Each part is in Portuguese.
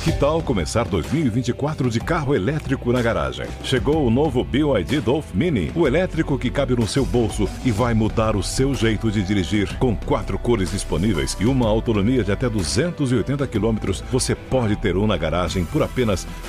Que tal começar 2024 de carro elétrico na garagem? Chegou o novo BYD Dolph Mini, o elétrico que cabe no seu bolso e vai mudar o seu jeito de dirigir. Com 4 cores disponíveis e uma autonomia de até 280 km, você pode ter um na garagem por apenas R$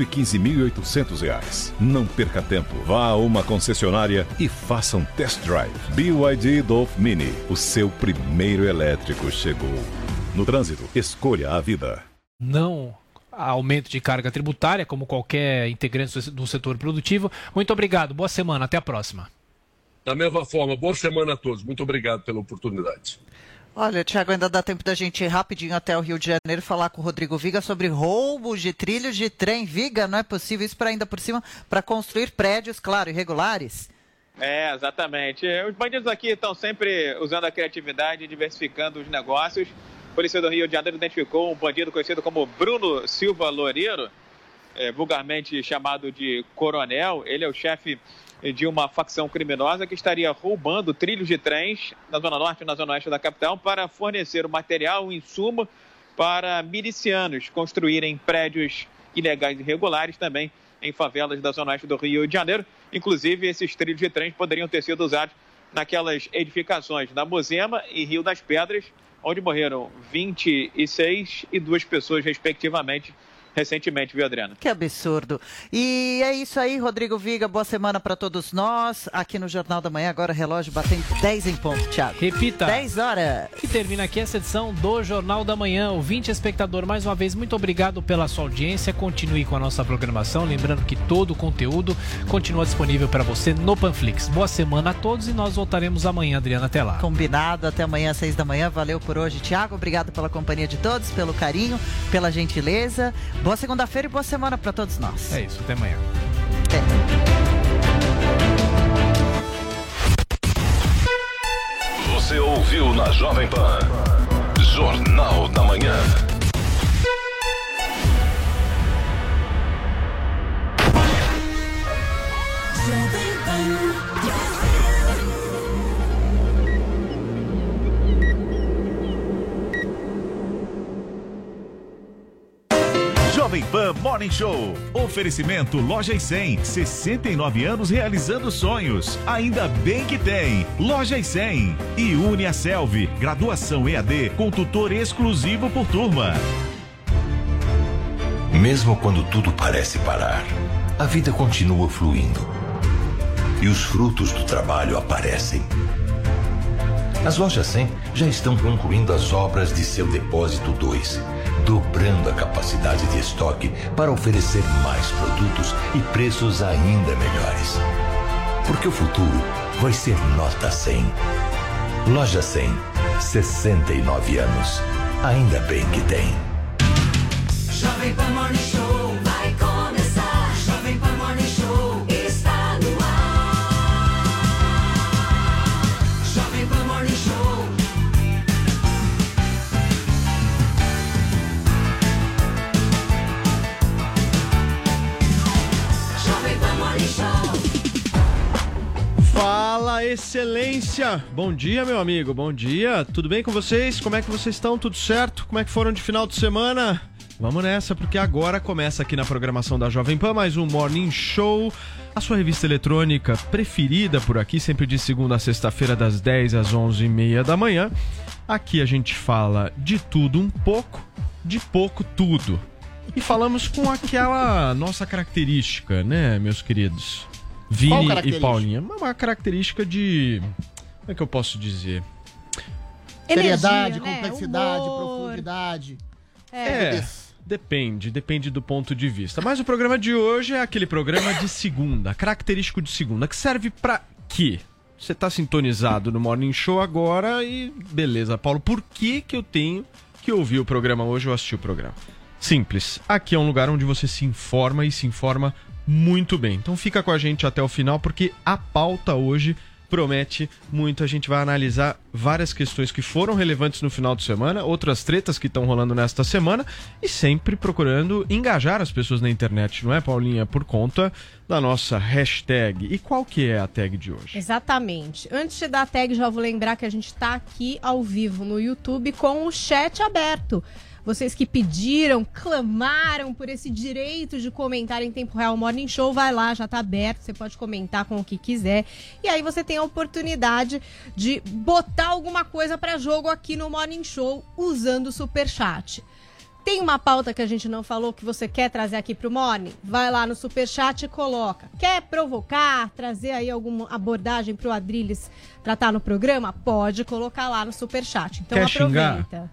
115.800. Não perca tempo. Vá a uma concessionária e faça um test drive. BYD Dolph Mini, o seu primeiro elétrico chegou. No trânsito, escolha a vida. Não aumento de carga tributária, como qualquer integrante do setor produtivo. Muito obrigado, boa semana, até a próxima. Da mesma forma, boa semana a todos. Muito obrigado pela oportunidade. Olha, Thiago, ainda dá tempo da gente ir rapidinho até o Rio de Janeiro falar com o Rodrigo Viga sobre roubos de trilhos de trem. Viga, não é possível isso para ainda por cima, para construir prédios, claro, irregulares? É, exatamente. Os bandidos aqui estão sempre usando a criatividade e diversificando os negócios. A Polícia do Rio de Janeiro identificou um bandido conhecido como Bruno Silva Loureiro, vulgarmente chamado de Coronel. Ele é o chefe de uma facção criminosa que estaria roubando trilhos de trens na Zona Norte e na Zona Oeste da capital para fornecer o material, o insumo para milicianos construírem prédios ilegais e irregulares também em favelas da Zona Oeste do Rio de Janeiro. Inclusive, esses trilhos de trens poderiam ter sido usados naquelas edificações da Mozema e Rio das Pedras, onde morreram 26 e 2 pessoas, respectivamente, recentemente, viu, Adriana? Que absurdo. E é isso aí, Rodrigo Viga, boa semana para todos nós. Aqui no Jornal da Manhã, agora relógio batendo 10 em ponto, Thiago. Repita. 10 horas. E termina aqui essa edição do Jornal da Manhã. Ouvinte e espectador, mais uma vez, muito obrigado pela sua audiência. Continue com a nossa programação. Lembrando que todo o conteúdo continua disponível para você no Panflix. Boa semana a todos e nós voltaremos amanhã, Adriana. Até lá. Combinado, até amanhã às 6 da manhã. Valeu por hoje, Thiago. Obrigado pela companhia de todos, pelo carinho, pela gentileza. Boa segunda-feira e boa semana para todos nós. É isso, até amanhã. Até. Você ouviu na Jovem Pan Jornal da Manhã. Jovem Pan Morning Show. Oferecimento Loja e 100. 69 anos realizando sonhos. Ainda bem que tem. Loja e 100. E UniaSelv. Graduação EAD com tutor exclusivo por turma. Mesmo quando tudo parece parar, a vida continua fluindo. E os frutos do trabalho aparecem. As Lojas 100 já estão concluindo as obras de seu Depósito 2, dobrando a capacidade de estoque para oferecer mais produtos e preços ainda melhores. Porque o futuro vai ser nota 100. Loja 100, 69 anos. Ainda bem que tem. Jovem Pan Morning Show vai começar. Jovem Pan Morning Show está no ar. Jovem Pan Morning Show. Jovem Pan Morning Show. Fala, excelência! Bom dia, meu amigo, bom dia. Tudo bem com vocês? Como é que vocês estão? Tudo certo? Como é que foram de final de semana? Vamos nessa, porque agora começa aqui na programação da Jovem Pan mais um Morning Show, a sua revista eletrônica preferida por aqui, sempre de segunda a sexta-feira, das 10 às 11h30 da manhã. Aqui a gente fala de tudo um pouco, de pouco tudo. E falamos com aquela nossa característica, né, meus queridos? Vini e Paulinha. Uma característica de... como é que eu posso dizer? Seriedade, Energia, complexidade, né? profundidade. Depende do ponto de vista. Mas o programa de hoje é aquele programa de segunda, característico de segunda, que serve pra quê? Você tá sintonizado no Morning Show agora e beleza, Paulo, por que eu tenho que ouvir o programa hoje ou assistir o programa? Simples, aqui é um lugar onde você se informa e se informa muito bem. Então fica com a gente até o final, porque a pauta hoje promete muito. A gente vai analisar várias questões que foram relevantes no final de semana, outras tretas que estão rolando nesta semana e sempre procurando engajar as pessoas na internet, não é, Paulinha? Por conta da nossa hashtag. E qual que é a tag de hoje? Exatamente. Antes de dar a tag, já vou lembrar que a gente está aqui ao vivo no YouTube com o chat aberto. Vocês que pediram, clamaram por esse direito de comentar em tempo real o Morning Show, vai lá, já tá aberto, você pode comentar com o que quiser. E aí você tem a oportunidade de botar alguma coisa para jogo aqui no Morning Show usando o Superchat. Tem uma pauta que a gente não falou que você quer trazer aqui pro Morning? Vai lá no Superchat e coloca. Quer provocar, trazer aí alguma abordagem pro Adrilles tratar no programa? Pode colocar lá no Superchat. Então quer aproveita.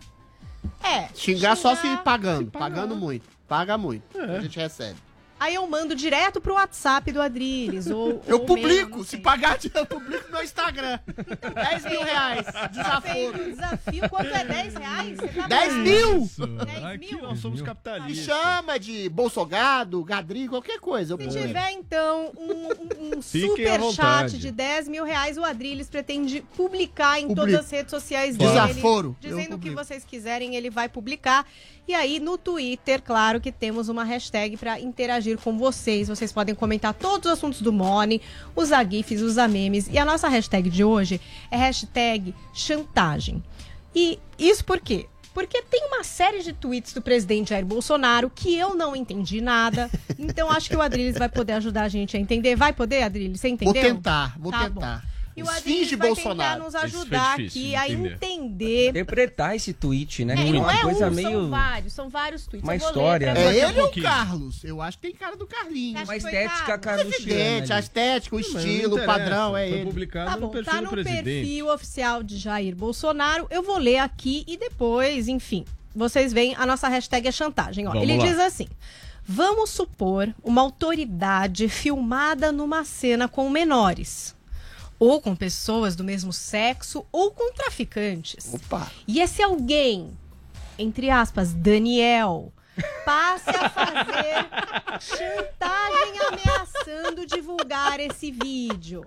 Xingar só se pagando. Pagando muito. Paga muito. A gente recebe. Aí eu mando direto pro WhatsApp do Adrilles. Eu publico. Se pagar, eu publico no meu Instagram. Então, 10 mil reais. Desaforo. Desafio. Quanto é 10 reais? Você tá 10 mil? 10 Aqui mil? nós somos Me capitalistas. chama de Bolsogado, Gadri, qualquer coisa. Se tiver, então, um Fiquem à superchat vontade. de 10 mil reais, o Adrilles pretende publicar em Publico. todas as redes sociais dele. Desaforo. Dizendo o que vocês quiserem, ele vai publicar. E aí, no Twitter, claro que temos uma hashtag para interagir com vocês. Vocês podem comentar todos os assuntos do Morning, usar GIFs, usar memes. E a nossa hashtag de hoje é hashtag chantagem. E isso por quê? Porque tem uma série de tweets do presidente Jair Bolsonaro que eu não entendi nada. Então acho que o Adrilles vai poder ajudar a gente a entender. Vai poder, Adrilles? Você entendeu? Vou Tá tentar. bom. E o Os Adrilles fins de vai Bolsonaro. tentar nos Esse foi ajudar difícil aqui de a entender. entender. Interpretar esse tweet, né? É, Que não uma é coisa um, meio... são vários tweets. Uma Eu vou história, ler né? pra É você. ele ou o pouquinho. Carlos? Eu acho que tem cara do Carlinhos. Acho Uma que foi estética Carlos. Evidente, a carluxiana. estética, o estilo, o padrão, é Foi ele. publicado Tá no bom, perfil tá do no presidente. perfil oficial de Jair Bolsonaro. Eu vou ler aqui e depois, enfim, vocês veem, a nossa hashtag é chantagem. Ó. Vamos Ele lá. diz assim: vamos supor uma autoridade filmada numa cena com menores, ou com pessoas do mesmo sexo, ou com traficantes. Opa. E esse alguém, entre aspas, Daniel, passe a fazer chantagem ameaçando divulgar esse vídeo.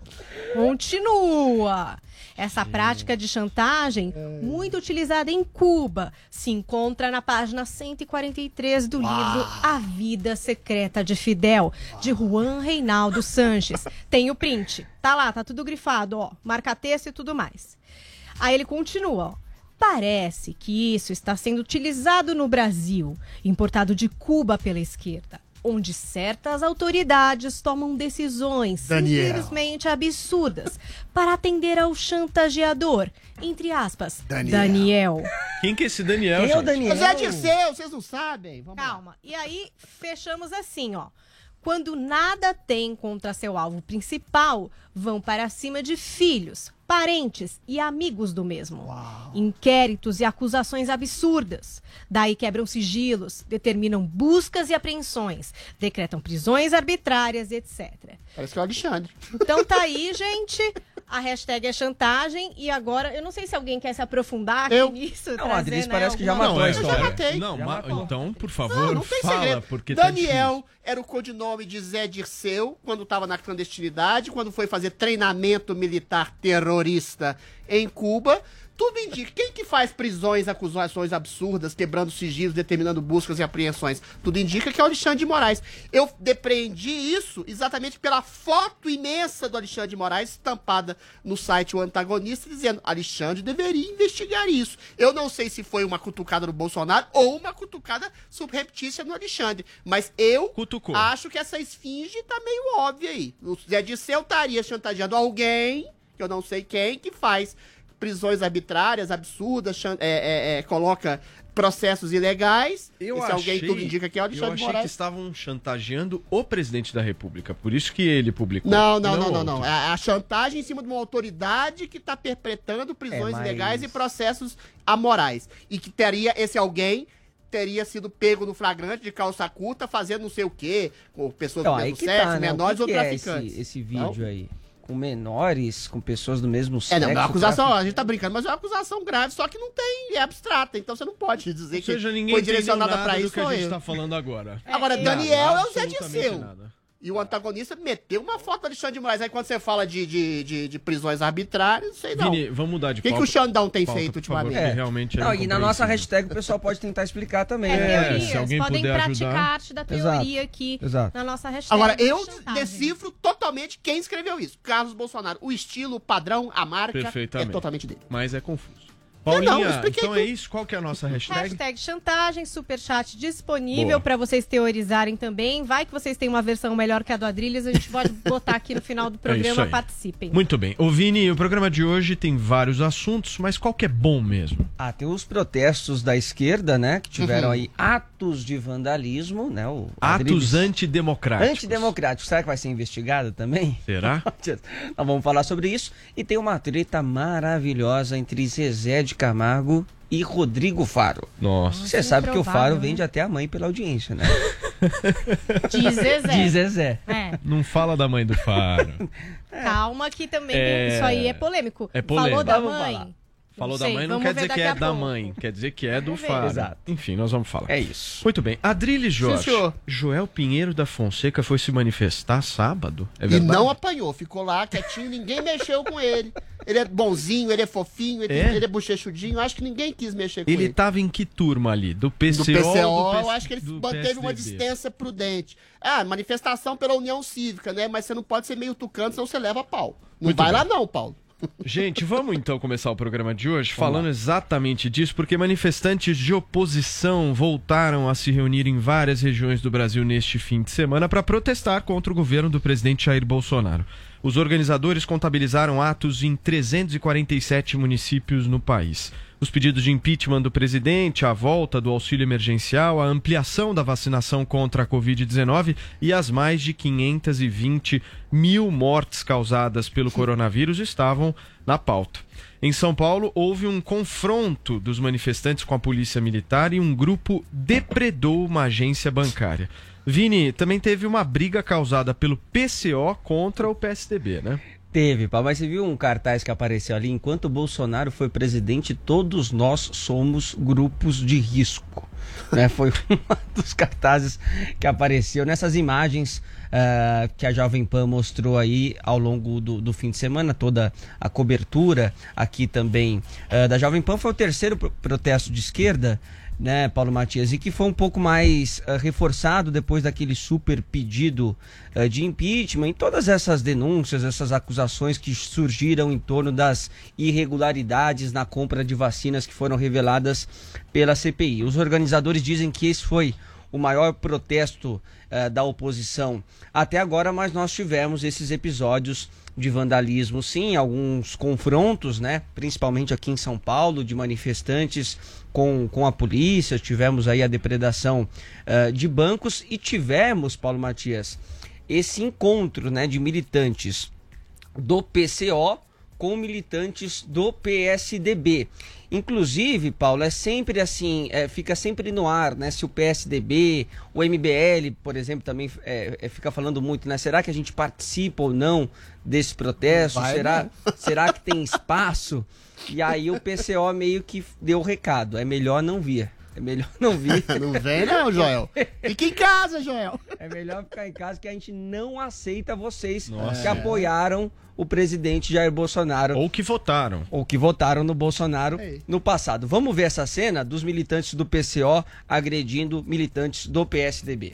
Continua. Essa prática de chantagem, muito utilizada em Cuba, se encontra na página 143 do livro A Vida Secreta de Fidel, de Juan Reinaldo Sanches. Tem o print. Tá lá, tá tudo grifado, ó. Marca-texto e tudo mais. Aí ele continua, ó. Parece que isso está sendo utilizado no Brasil, importado de Cuba pela esquerda, onde certas autoridades tomam decisões Daniel. simplesmente absurdas para atender ao chantageador, entre aspas, Daniel. Daniel. Quem que é esse Daniel, Quem é o gente? Daniel? Mas é Dirceu, vocês não sabem? Vamos lá. Calma. E aí, fechamos assim, ó. Quando nada tem contra seu alvo principal, vão para cima de filhos, parentes e amigos do mesmo. Inquéritos e acusações absurdas. Daí quebram sigilos, determinam buscas e apreensões, decretam prisões arbitrárias, etc. Parece que é o Alexandre. Então tá aí, gente. A hashtag é chantagem. E agora, eu não sei se alguém quer se aprofundar aqui Eu. nisso. Não, trazer, Adrilles parece que já alguma- matou a Eu já história. matei. Não, Já matou. então, por favor, Não tem fala, segredo. porque tá Daniel difícil. era o codinome de Zé Dirceu quando estava na clandestinidade, quando foi fazer treinamento militar terrorista em Cuba. Tudo indica. Quem que faz prisões, acusações absurdas, quebrando sigilos, determinando buscas e apreensões? Tudo indica que é o Alexandre de Moraes. Eu depreendi isso exatamente pela foto imensa do Alexandre de Moraes estampada no site O Antagonista, dizendo Alexandre deveria investigar isso. Eu não sei se foi uma cutucada no Bolsonaro ou uma cutucada subreptícia no Alexandre, mas eu Cutucou. acho que essa esfinge tá meio óbvia aí. O Zé Dirceu estaria chantageando alguém, que eu não sei quem, que faz prisões arbitrárias, absurdas, coloca processos ilegais. Esse alguém tudo indica que é o eu Alexandre de achei Moraes. que estavam chantageando o presidente da República, por isso que ele publicou. Não. outro. É a chantagem em cima de uma autoridade que está perpetrando prisões mas- ilegais e processos amorais. E que teria esse alguém teria sido pego no flagrante de calça curta fazendo não sei o quê, com pessoas Então, do aí mesmo que sexo, tá, né? menores O ou que é traficantes. esse vídeo aí? Com menores, com pessoas do mesmo sexo. Não, é uma acusação, tráfico- a gente tá brincando, mas é uma acusação grave, só que não tem, é abstrata, então você não pode dizer Ou seja, que ninguém foi entendeu direcionada nada pra do isso, que a sou gente eu. tá falando agora. Agora, É, Daniel é o Zé Absolutamente Dirceu. nada. E o antagonista meteu uma foto do Alexandre de Moraes. Aí quando você fala de prisões arbitrárias, não sei não. Vini, vamos mudar de O que pauta. o Xandão tem Pauta, feito por favor, ultimamente? porque realmente é Não, e na nossa incompreensível. hashtag o pessoal pode tentar explicar também. É, né? teorias, se alguém podem puder praticar ajudar. arte da teoria aqui Exato. na nossa hashtag. Agora, eu chantagem. decifro totalmente quem escreveu isso. Carlos Bolsonaro. O estilo, o padrão, a marca é Perfeitamente. totalmente dele. Mas é confuso. Paulinha, então é isso? Qual que é a nossa hashtag? Hashtag chantagem, superchat disponível para vocês teorizarem também. Vai que vocês têm uma versão melhor que a do Adrilles, a gente pode botar aqui no final do programa, participem. Muito bem. Ô Vini, o programa de hoje tem vários assuntos, mas qual que é bom mesmo? Tem os protestos da esquerda, né, que tiveram aí atos de vandalismo, né? Atos antidemocráticos. Antidemocráticos. Será que vai ser investigado também? Será? Nós vamos falar sobre isso. E tem uma treta maravilhosa entre Zezé de Camargo e Rodrigo Faro. Nossa. Você sabe que o Faro vende até a mãe pela audiência, né? Diz Zezé. Diz Zezé. Não fala da mãe do Faro. Calma que também isso aí é polêmico. É polêmico. Falou da mãe. Falou da mãe não quer dizer que é da mãe, quer dizer que é do Faro. Exato. Enfim, nós vamos falar. É isso. Muito bem. Adrilles Jorge. Sim, senhor. Joel Pinheiro da Fonseca foi se manifestar sábado? É E verdade? não apanhou, ficou lá quietinho, ninguém mexeu com ele. Ele é bonzinho, ele é fofinho, ele é bochechudinho, acho que ninguém quis mexer com ele. Ele tava em que turma ali? Do PCO? Do PCO, eu acho que ele do manteve uma PSDB? distância prudente. Manifestação pela União Cívica, né? Mas você não pode ser meio tucano, senão você leva pau. Não Muito vai bem. lá não, Paulo. Gente, vamos então começar o programa de hoje falando exatamente disso, porque manifestantes de oposição voltaram a se reunir em várias regiões do Brasil neste fim de semana para protestar contra o governo do presidente Jair Bolsonaro. Os organizadores contabilizaram atos em 347 municípios no país. Os pedidos de impeachment do presidente, a volta do auxílio emergencial, a ampliação da vacinação contra a Covid-19 e as mais de 520 mil mortes causadas pelo coronavírus estavam na pauta. Em São Paulo, houve um confronto dos manifestantes com a polícia militar e um grupo depredou uma agência bancária. Vini, também teve uma briga causada pelo PCO contra o PSDB, né? Teve, mas você viu um cartaz que apareceu ali? Enquanto o Bolsonaro foi presidente, todos nós somos grupos de risco. Né? Foi um dos cartazes que apareceu nessas imagens que a Jovem Pan mostrou aí ao longo do fim de semana. Toda a cobertura aqui também da Jovem Pan. Foi o terceiro protesto de esquerda, né, Paulo Matias, e que foi um pouco mais reforçado depois daquele super pedido de impeachment, e todas essas denúncias, essas acusações que surgiram em torno das irregularidades na compra de vacinas que foram reveladas pela CPI. Os organizadores dizem que esse foi o maior protesto da oposição até agora, mas nós tivemos esses episódios de vandalismo, sim, alguns confrontos, né, principalmente aqui em São Paulo, de manifestantes com a polícia. Tivemos aí a depredação de bancos e tivemos, Paulo Matias, esse encontro, né, de militantes do PCO com militantes do PSDB. Inclusive, Paulo, é sempre assim, fica sempre no ar, né? Se o PSDB, o MBL, por exemplo, também fica falando muito, né? Será que a gente participa ou não desse protesto? Será que tem espaço? E aí o PCO meio que deu o recado, é melhor não vir. É melhor não vir. Não vem não, Joel. Fica em casa, Joel. É melhor ficar em casa, que a gente não aceita vocês que apoiaram o presidente Jair Bolsonaro. Ou que votaram. Ou que votaram no Bolsonaro no passado. Vamos ver essa cena dos militantes do PCO agredindo militantes do PSDB.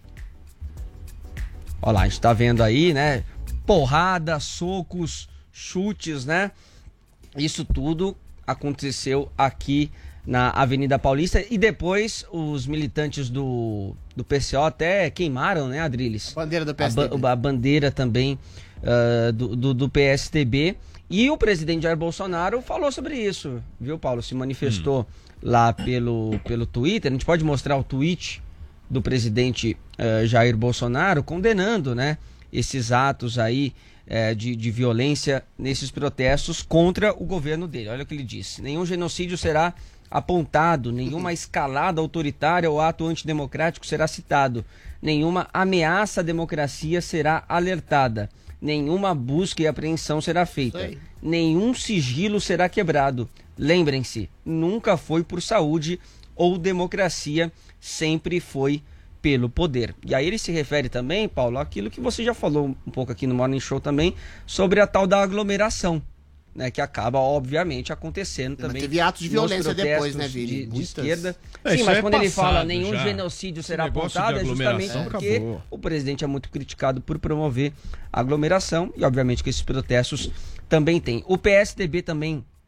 Olha lá, a gente tá vendo aí, né? Porrada, socos, chutes, né? Isso tudo aconteceu aqui na Avenida Paulista, e depois os militantes do PCO até queimaram, né, Adrilles? A bandeira do PSDB. A bandeira também do PSDB. E o presidente Jair Bolsonaro falou sobre isso, viu, Paulo? Se manifestou lá pelo Twitter. A gente pode mostrar o tweet do presidente Jair Bolsonaro condenando, né, esses atos aí de violência nesses protestos contra o governo dele. Olha o que ele disse: nenhum genocídio será apontado, nenhuma escalada autoritária ou ato antidemocrático será citado, nenhuma ameaça à democracia será alertada, nenhuma busca e apreensão será feita, nenhum sigilo será quebrado. Lembrem-se, nunca foi por saúde ou democracia, sempre foi pelo poder. E aí ele se refere também, Paulo, àquilo que você já falou um pouco aqui no Morning Show também, sobre a tal da aglomeração, né, que acaba, obviamente, acontecendo também. Teve atos de violência depois, né, Vini? De esquerda. Sim, mas quando ele fala nenhum genocídio será apontado, é justamente porque o presidente é muito criticado por promover aglomeração, e obviamente que esses protestos também tem. O PSDB também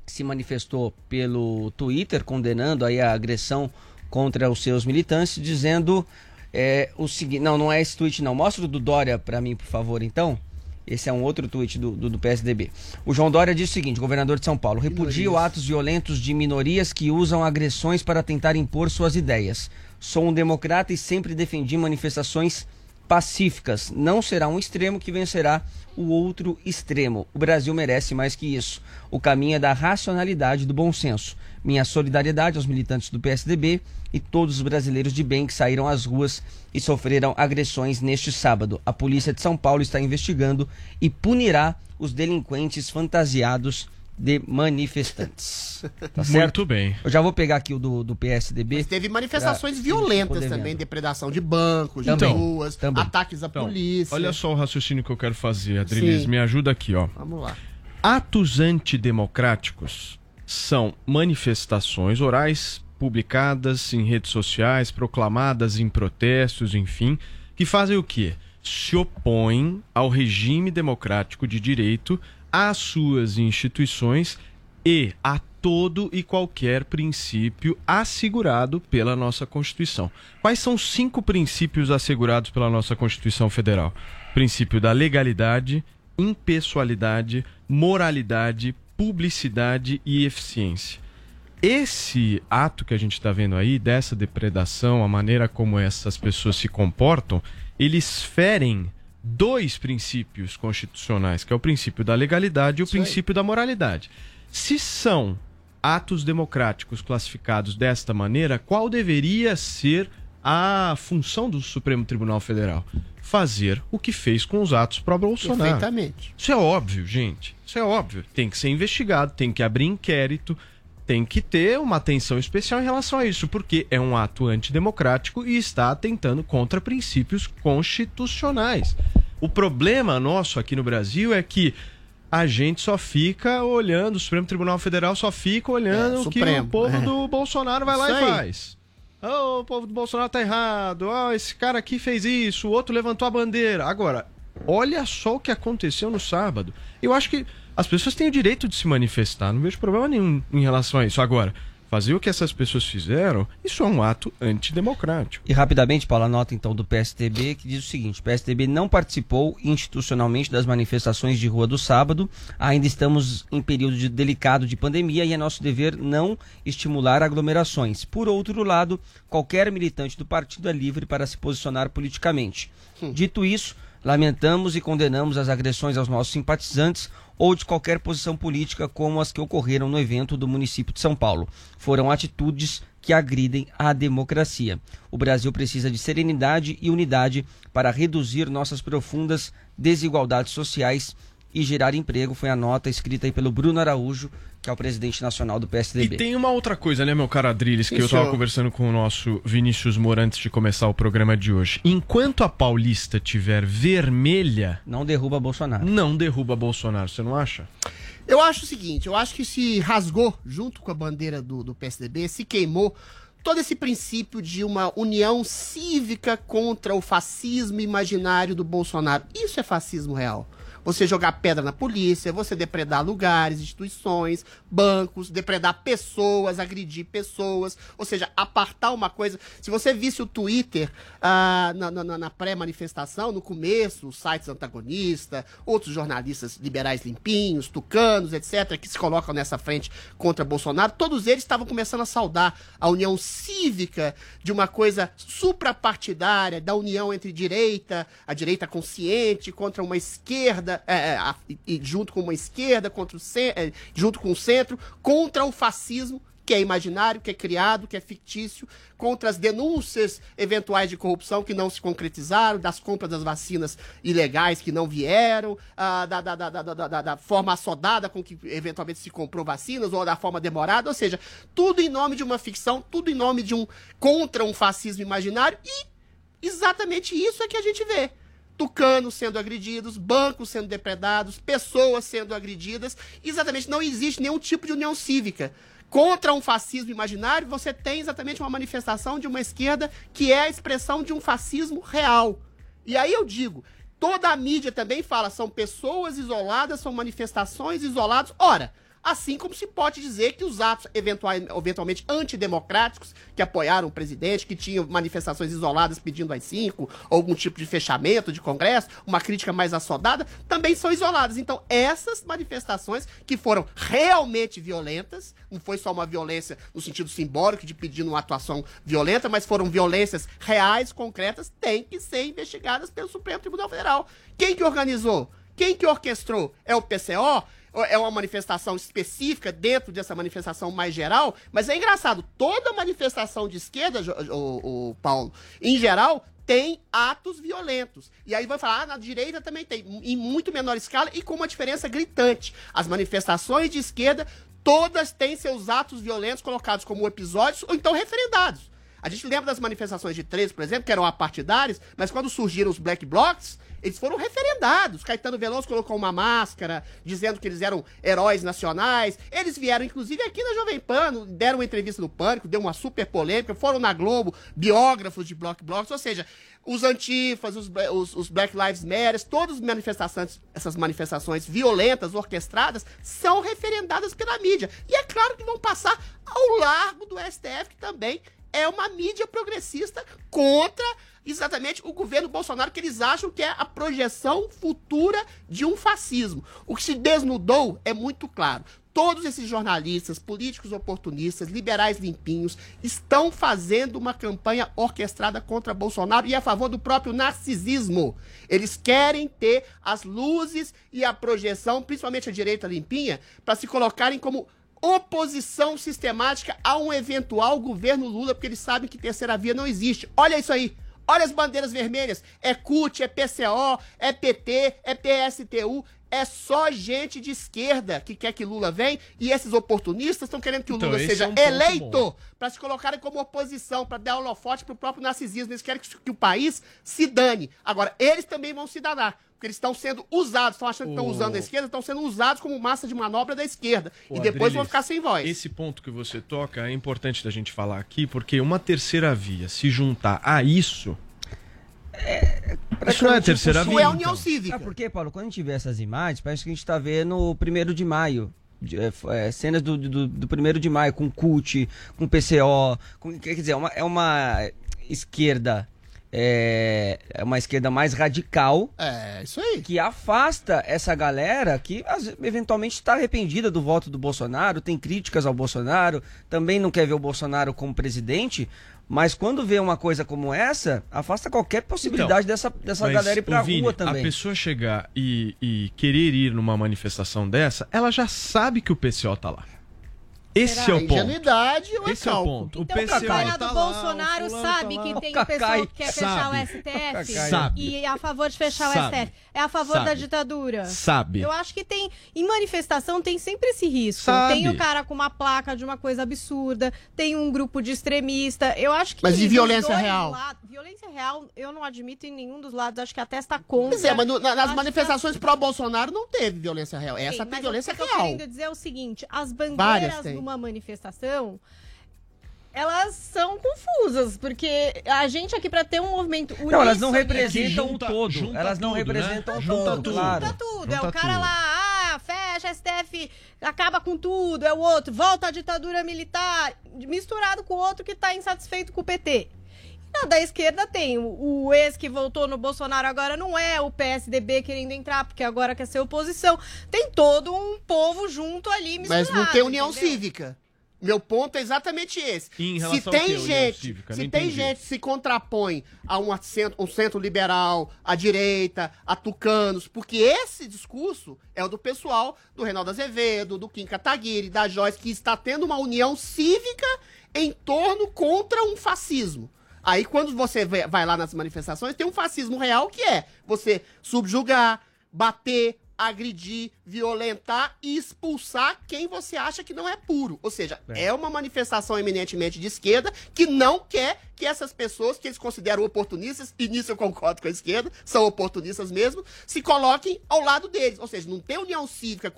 se manifestou pelo Twitter, condenando aí a agressão contra os seus militantes, dizendo o seguinte... Não é esse tweet não. Mostra o do Dória para mim, por favor, então. Esse é um outro tweet do PSDB. O João Dória diz o seguinte, governador de São Paulo: repudio atos violentos de minorias que usam agressões para tentar impor suas ideias. Sou um democrata e sempre defendi manifestações pacíficas. Não será um extremo que vencerá o outro extremo. O Brasil merece mais que isso. O caminho é da racionalidade e do bom senso. Minha solidariedade aos militantes do PSDB e todos os brasileiros de bem que saíram às ruas e sofreram agressões neste sábado. A Polícia de São Paulo está investigando e punirá os delinquentes fantasiados de manifestantes. Tá certo? Muito bem. Eu já vou pegar aqui o do PSDB. Mas teve manifestações violentas também, depredação de bancos, de ruas, ataques à polícia. Olha só o raciocínio que eu quero fazer, Adriles. Me ajuda aqui, ó. Vamos lá. Atos antidemocráticos são manifestações orais publicadas em redes sociais, proclamadas em protestos, enfim, que fazem o quê? Se opõem ao regime democrático de direito, às suas instituições e a todo e qualquer princípio assegurado pela nossa Constituição. Quais são os 5 princípios assegurados pela nossa Constituição Federal? Princípio da legalidade, impessoalidade, moralidade, publicidade e eficiência. Esse ato que a gente está vendo aí, dessa depredação, a maneira como essas pessoas se comportam, eles ferem 2 princípios constitucionais, que é o princípio da legalidade e o princípio da moralidade. Se são atos democráticos classificados desta maneira, qual deveria ser a função do Supremo Tribunal Federal? Fazer o que fez com os atos pró-Bolsonaro. Perfeitamente. Isso é óbvio, gente. Isso é óbvio. Tem que ser investigado, tem que abrir inquérito, tem que ter uma atenção especial em relação a isso, porque é um ato antidemocrático e está atentando contra princípios constitucionais. O problema nosso aqui no Brasil é que a gente só fica olhando, o Supremo Tribunal Federal só fica olhando o que o povo do Bolsonaro vai lá e faz. O povo do Bolsonaro tá errado, esse cara aqui fez isso, o outro levantou a bandeira. Agora, olha só o que aconteceu no sábado. Eu acho que as pessoas têm o direito de se manifestar, não vejo problema nenhum em relação a isso. Agora, fazer o que essas pessoas fizeram, isso é um ato antidemocrático. E rapidamente, Paulo, a nota então do PSDB, que diz o seguinte: o PSDB não participou institucionalmente das manifestações de rua do sábado, ainda estamos em período delicado de pandemia e é nosso dever não estimular aglomerações. Por outro lado, qualquer militante do partido é livre para se posicionar politicamente. Dito isso, lamentamos e condenamos as agressões aos nossos simpatizantes ou de qualquer posição política como as que ocorreram no evento do município de São Paulo. Foram atitudes que agridem a democracia. O Brasil precisa de serenidade e unidade para reduzir nossas profundas desigualdades sociais e gerar emprego. Foi a nota escrita aí pelo Bruno Araújo, que é o presidente nacional do PSDB. E tem uma outra coisa, né, meu caro Adriles, que eu estava conversando com o nosso Vinícius Moura antes de começar o programa de hoje. Enquanto a Paulista tiver vermelha... Não derruba Bolsonaro. Não derruba Bolsonaro, você não acha? Eu acho o seguinte, eu acho que se rasgou, junto com a bandeira do PSDB, se queimou todo esse princípio de uma união cívica contra o fascismo imaginário do Bolsonaro. Isso é fascismo real. Você jogar pedra na polícia, você depredar lugares, instituições, bancos, depredar pessoas, agredir pessoas, ou seja, apartar uma coisa. Se você visse o Twitter na pré-manifestação, no começo, os sites antagonistas, outros jornalistas liberais limpinhos, tucanos, etc., que se colocam nessa frente contra Bolsonaro, todos eles estavam começando a saudar a união cívica de uma coisa suprapartidária, da união entre a direita consciente contra uma esquerda, e junto com uma esquerda, junto com o centro, contra o fascismo, que é imaginário, que é criado, que é fictício, contra as denúncias eventuais de corrupção que não se concretizaram, das compras das vacinas ilegais que não vieram, da forma assodada com que eventualmente se comprou vacinas, ou da forma demorada, ou seja, tudo em nome de uma ficção, tudo em nome de contra um fascismo imaginário, e exatamente isso é que a gente vê. Tucanos sendo agredidos, bancos sendo depredados, pessoas sendo agredidas. Exatamente, não existe nenhum tipo de união cívica. Contra um fascismo imaginário, você tem exatamente uma manifestação de uma esquerda que é a expressão de um fascismo real. E aí eu digo, toda a mídia também fala, são pessoas isoladas, são manifestações isoladas. Ora, Assim como se pode dizer que os atos eventualmente antidemocráticos, que apoiaram o presidente, que tinham manifestações isoladas pedindo AI-5, algum tipo de fechamento de Congresso, uma crítica mais assodada, também são isoladas. Então, essas manifestações que foram realmente violentas, não foi só uma violência no sentido simbólico de pedir uma atuação violenta, mas foram violências reais, concretas, têm que ser investigadas pelo Supremo Tribunal Federal. Quem que organizou? Quem que orquestrou? É o PCO? É uma manifestação específica dentro dessa manifestação mais geral? Mas é engraçado, toda manifestação de esquerda, o Paulo, em geral, tem atos violentos. E aí vai falar, na direita também tem, em muito menor escala e com uma diferença gritante. As manifestações de esquerda, todas têm seus atos violentos colocados como episódios ou então referendados. A gente lembra das manifestações de 13, por exemplo, que eram apartidárias, mas quando surgiram os black blocs, eles foram referendados. Caetano Veloso colocou uma máscara, dizendo que eles eram heróis nacionais. Eles vieram, inclusive, aqui na Jovem Pan, deram uma entrevista no Pânico, deu uma super polêmica, foram na Globo, biógrafos de black blocs, ou seja, os antifas, os Black Lives Matter, todas as manifestações, essas manifestações violentas, orquestradas, são referendadas pela mídia. E é claro que vão passar ao largo do STF, que também é uma mídia progressista contra exatamente o governo Bolsonaro, que eles acham que é a projeção futura de um fascismo. O que se desnudou é muito claro. Todos esses jornalistas, políticos oportunistas, liberais limpinhos, estão fazendo uma campanha orquestrada contra Bolsonaro e a favor do próprio narcisismo. Eles querem ter as luzes e a projeção, principalmente a direita limpinha, para se colocarem como oposição sistemática a um eventual governo Lula, porque eles sabem que terceira via não existe. Olha isso aí. Olha as bandeiras vermelhas. É CUT, é PCO, é PT, é PSTU. É só gente de esquerda que quer que Lula venha, e esses oportunistas estão querendo que o Lula seja eleito para se colocarem como oposição, para dar holofote para o próprio narcisismo. Eles querem que o país se dane. Agora, eles também vão se danar, porque eles estão sendo usados, estão achando que estão usando a esquerda, estão sendo usados como massa de manobra da esquerda. E depois vão ficar sem voz. Esse ponto que você toca é importante da gente falar aqui, porque uma terceira via se juntar a isso... Isso não é a terceira via. via. É a União Cívica. Sabe por quê, Paulo? Quando a gente vê essas imagens, parece que a gente está vendo o 1º de maio. Cenas do 1º de maio, com CUT, com PCO. Quer dizer, é uma esquerda... É uma esquerda mais radical. É, isso aí. Que afasta essa galera que eventualmente está arrependida do voto do Bolsonaro, tem críticas ao Bolsonaro, também não quer ver o Bolsonaro como presidente, mas quando vê uma coisa como essa, afasta qualquer possibilidade dessa galera ir pra rua também. A pessoa chegar e querer ir numa manifestação dessa, ela já sabe que o PCO tá lá. Esse é o ponto. Ingenuidade ou Esse é o ponto. Então, o campanha do Bolsonaro sabe que tem o pessoal que quer fechar o STF? Sabe. E é a favor de fechar o STF. É a favor da ditadura? Sabe. Eu acho que tem... Em manifestação tem sempre esse risco. Sabe. Tem o cara com uma placa de uma coisa absurda, tem um grupo de extremista. Eu acho que... Mas e violência real? Violência real, eu não admito em nenhum dos lados. Acho que até está contra. Pois é, mas nas manifestações pró-Bolsonaro não teve violência real. Essa tem violência real. O que eu tô querendo dizer é o seguinte, as bandeiras numa manifestação, elas são confusas, porque a gente aqui, para ter um movimento uníssono... Não, elas não representam o todo. Elas não representam o todo, claro. Junta tudo. É o cara lá, fecha STF, acaba com tudo. É o outro, volta à ditadura militar, misturado com o outro que tá insatisfeito com o PT. Da esquerda tem o ex que voltou no Bolsonaro, agora não é, o PSDB querendo entrar porque agora quer ser oposição. Tem todo um povo junto ali misturado. Mas não tem união cívica. Meu ponto é exatamente esse. Se tem gente que se contrapõe a um centro liberal, à direita, a tucanos, porque esse discurso é o do pessoal do Reinaldo Azevedo, do Kim Kataguiri, da Joyce, que está tendo uma união cívica em torno contra um fascismo. Aí, quando você vai lá nas manifestações, tem um fascismo real que é você subjugar, bater, agredir, violentar e expulsar quem você acha que não é puro. Ou seja, é uma manifestação eminentemente de esquerda que não quer que essas pessoas que eles consideram oportunistas, e nisso eu concordo com a esquerda, são oportunistas mesmo, se coloquem ao lado deles. Ou seja, não tem união cívica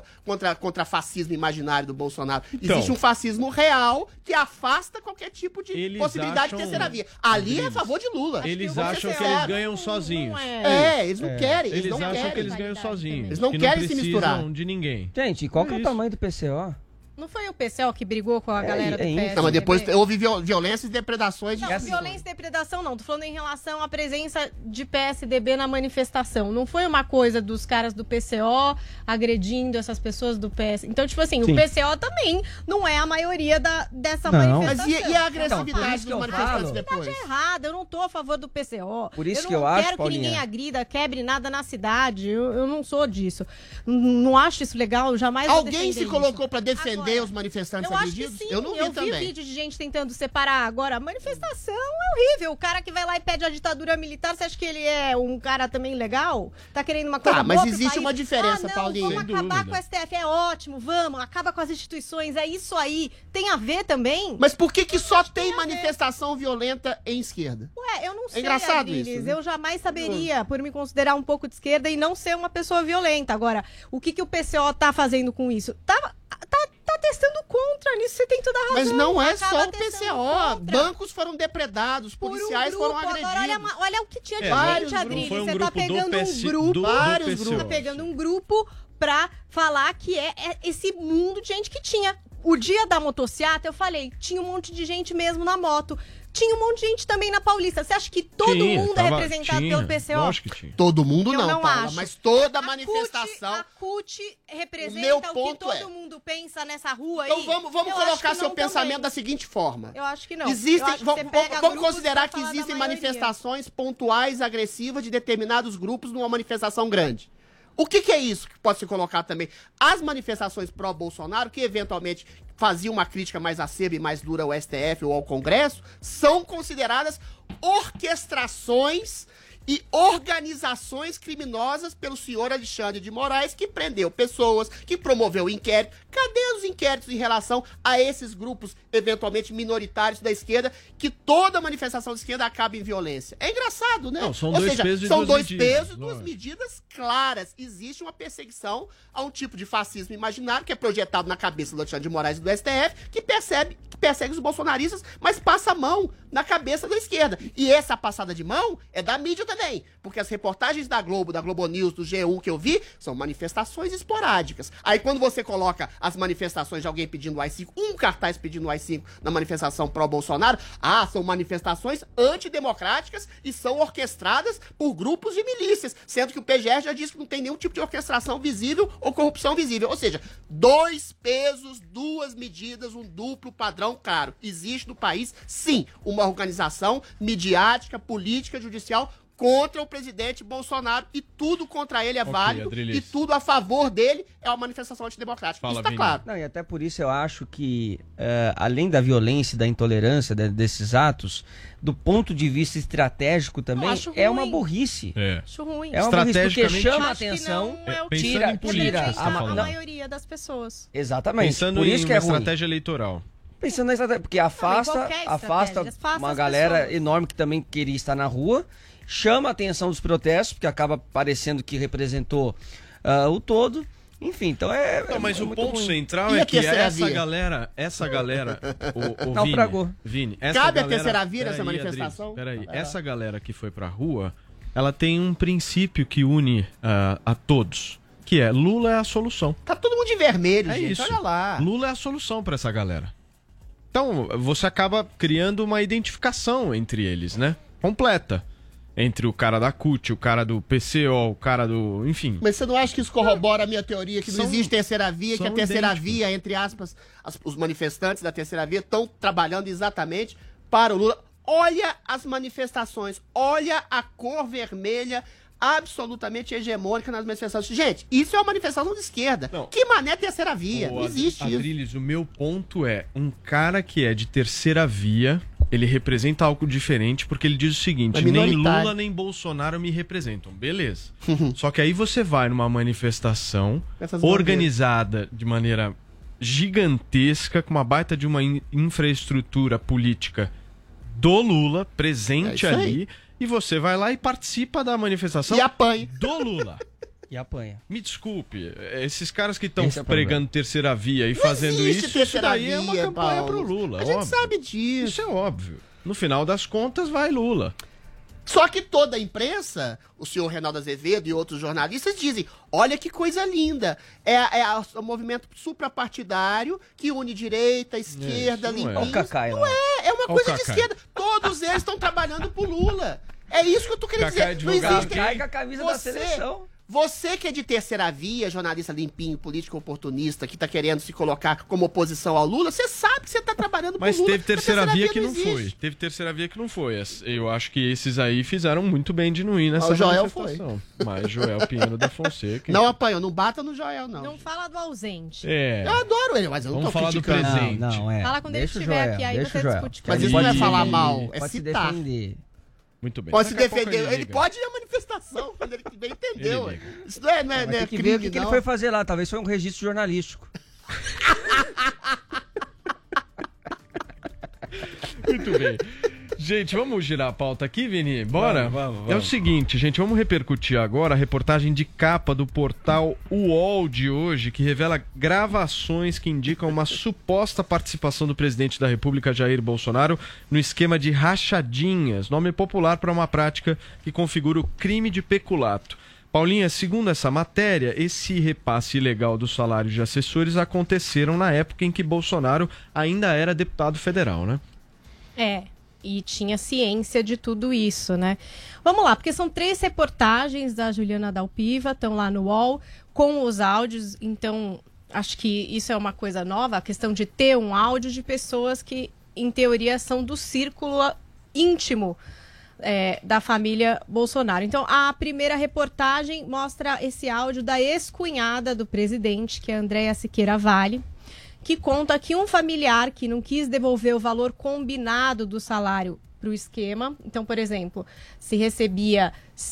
contra fascismo imaginário do Bolsonaro. Então, existe um fascismo real que afasta qualquer tipo de possibilidade de terceira via. Ali é a favor de Lula. Eles acham que eles ganham sozinhos. Eles não querem. Eles não acham querem. que eles ganham sozinhos. Eles não que querem não se misturar. precisam de ninguém. Gente, qual que é o tamanho do PCO? Não foi o PCO que brigou com a galera do PSDB? Não, mas depois houve violência e depredações. Não, violência e depredação não. Tô falando em relação à presença de PSDB na manifestação. Não foi uma coisa dos caras do PCO agredindo essas pessoas do PS. Então, tipo assim, Sim. o PCO também não é a maioria dessa Não. manifestação. Mas e a agressividade Então, dos manifestantes depois? É errada, eu não tô a favor do PCO. Por isso eu que não eu acho, quero que Paulinha, ninguém agrida, quebre nada na cidade. Eu não sou disso. Não acho isso legal, eu jamais vou Alguém se defender colocou isso. pra defender Agora, os manifestantes eu acho que agredidos? sim, Eu não vi também. vídeo de gente tentando separar. Agora, a manifestação é horrível. O cara que vai lá e pede a ditadura militar, você acha que ele é um cara também legal? Tá querendo uma coisa Tá, mas boa pro existe país? uma diferença, não, Paulinho. Vamos Sem acabar dúvida. com o STF, é ótimo, vamos, acaba com as instituições, é isso aí. Tem a ver também? Mas por que só tem manifestação violenta em esquerda? Ué, eu não sei, engraçado Adriles, isso, né? eu jamais saberia, por me considerar um pouco de esquerda e não ser uma pessoa violenta. Agora, o que o PCO tá fazendo com isso? Tá testando contra nisso, você tem toda a razão. Mas não é Acaba só o testando PCO. contra. Bancos foram depredados, policiais foram agredidos. Agora, olha o que tinha de vários gente, grupos. Adriles. Foi um Você tá grupo do pegando PC um grupo. vários Você grupos. tá pegando um grupo pra falar que é esse mundo de gente que tinha. O dia da motociata, eu falei, tinha um monte de gente mesmo na moto. Tinha um monte de gente também na Paulista. Você acha que todo mundo é representado pelo PCO? Lógico que tinha. Todo mundo Eu não Paula, acho. mas toda manifestação... A CUT representa meu o que ponto todo mundo pensa nessa rua aí. Então vamos Eu acho colocar que seu não pensamento também. da seguinte forma. Eu acho que não. Existem, Eu acho que você pega vamos grupos considerar pra que falar da existem maioria. manifestações pontuais agressivas de determinados grupos numa manifestação grande. O que é isso que pode se colocar também? As manifestações pró-Bolsonaro, que eventualmente faziam uma crítica mais acerba e mais dura ao STF ou ao Congresso, são consideradas orquestrações e organizações criminosas pelo senhor Alexandre de Moraes, que prendeu pessoas, que promoveu inquérito. Cadê os inquéritos em relação a esses grupos, eventualmente minoritários da esquerda, que toda manifestação de esquerda acaba em violência? É engraçado, né? Não, são Ou dois seja, pesos e são duas dois medidas, pesos e duas lógico. medidas claras. Existe uma perseguição a um tipo de fascismo imaginário que é projetado na cabeça do Alexandre de Moraes e do STF, que persegue os bolsonaristas, mas passa a mão na cabeça da esquerda. E essa passada de mão é da mídia também, porque as reportagens da Globo, da Globo News, do G1 que eu vi, são manifestações esporádicas. Aí quando você coloca as manifestações de alguém pedindo o AI-5, um cartaz pedindo o AI-5 na manifestação pró-Bolsonaro, são manifestações antidemocráticas e são orquestradas por grupos de milícias, sendo que o PGR já disse que não tem nenhum tipo de orquestração visível ou corrupção visível. Ou seja, dois pesos, duas medidas, um duplo padrão claro. Existe no país, sim, uma organização midiática, política, judicial contra o presidente Bolsonaro, e tudo contra ele é válido, Adriles. e tudo a favor dele é uma manifestação antidemocrática. Fala, Isso tá Vini. claro. Não, e até por isso eu acho que, além da violência e da intolerância desses atos, do ponto de vista estratégico também, acho é ruim. uma burrice. Acho ruim. É uma burrice porque Estrategicamente, chama a Acho que atenção, não é o pensando tira, em política, tira você a tá falando. maioria das pessoas. Exatamente. Pensando por em isso que uma é ruim. estratégia eleitoral. Pensando na estratégia, porque afasta qualquer estratégia, afasta uma as galera pessoas. enorme que também queria estar na rua, chama a atenção dos protestos, porque acaba parecendo que representou o todo. Enfim, então Não, mas o muito ponto ruim. central E é a que terceira essa via? galera, o Naufragou. Vini, essa Cabe a galera, terceira via nessa peraí, manifestação? Adriles, peraí, Vai lá. essa galera que foi pra rua, ela tem um princípio que une a todos, que é Lula é a solução. Tá todo mundo de vermelho, É gente. isso. Olha lá. Lula é a solução pra essa galera. Então, você acaba criando uma identificação entre eles, né? Completa. Entre o cara da CUT, o cara do PCO, o cara do... Enfim. Mas você não acha que isso corrobora a minha teoria, que não São- existe terceira via, que a são terceira idênticos. via, entre aspas, os manifestantes da terceira via estão trabalhando exatamente para o Lula? Olha as manifestações, olha a cor vermelha absolutamente hegemônica nas manifestações. Gente, isso é uma manifestação de esquerda. Não. Que mané terceira via? Ô, Não existe isso. Adriles, o meu ponto é, um cara que é de terceira via, ele representa algo diferente, porque ele diz o seguinte, É nem minoritário. Lula nem Bolsonaro me representam. Beleza. Só que aí você vai numa manifestação Essas organizada de maneira gigantesca, com uma baita de uma infraestrutura política do Lula, presente É isso aí. ali, e você vai lá e participa da manifestação E apanha. do Lula. E apanha. Me desculpe, esses caras que estão Esse é o pregando terceira via e Não fazendo existe isso terceira daí é uma via, campanha Paulo. pro Lula. A gente óbvio. sabe disso. Isso é óbvio. No final das contas, vai Lula. Só que toda a imprensa, o senhor Reinaldo Azevedo e outros jornalistas dizem, olha que coisa linda, o movimento suprapartidário que une direita, esquerda, Isso não é. limpinhos. Olha o Cacai lá. É uma Olha o coisa de Cacai. esquerda. Todos eles estão trabalhando pro Lula. É isso que eu tô querendo Cacai dizer. Não advogado. existe... Cai com a camisa da seleção. Você que é de terceira via, jornalista limpinho, político oportunista, que tá querendo se colocar como oposição ao Lula, você sabe que você tá trabalhando Mas pro Lula. teve terceira via que não existe. foi. Teve terceira via que não foi. Eu acho que esses aí fizeram muito bem de não ir nessa O Joel manifestação. Mas Joel Pinheiro da Fonseca... Não apanhou, não bata no Joel, não. Não fala do ausente. É. Eu adoro ele, mas eu não Vamos tô falar do criticando. presente. Não, é. Fala quando ele Deixa o estiver Joel, aqui, aí deixa você o Joel. discute com Mas ele. isso não é E- falar mal, é Pode se citar. defender. Muito bem. Pode se Daqui a pouco defender. Ele liga. pode ir à manifestação, quando ele bem entendeu. Ele Isso não é, Mas tem que crime, ver o que ele não. foi fazer lá. Talvez foi um registro jornalístico. Muito bem. Gente, vamos girar a pauta aqui, Vini? Bora? Vamos. É o seguinte, gente, vamos repercutir agora a reportagem de capa do portal UOL de hoje, que revela gravações que indicam uma suposta participação do presidente da República, Jair Bolsonaro, no esquema de rachadinhas, nome popular para uma prática que configura o crime de peculato. Paulinha, segundo essa matéria, esse repasse ilegal dos salários de assessores aconteceram na época em que Bolsonaro ainda era deputado federal, né? É, e tinha ciência de tudo isso, né? Vamos lá, porque são 3 reportagens da Juliana Dalpiva, estão lá no UOL, com os áudios, então acho que isso é uma coisa nova, a questão de ter um áudio de pessoas que, em teoria, são do círculo íntimo da família Bolsonaro. Então, a primeira reportagem mostra esse áudio da ex-cunhada do presidente, que é a Andréa Siqueira Vale, que conta que um familiar que não quis devolver o valor combinado do salário para o esquema. Então, por exemplo, se recebia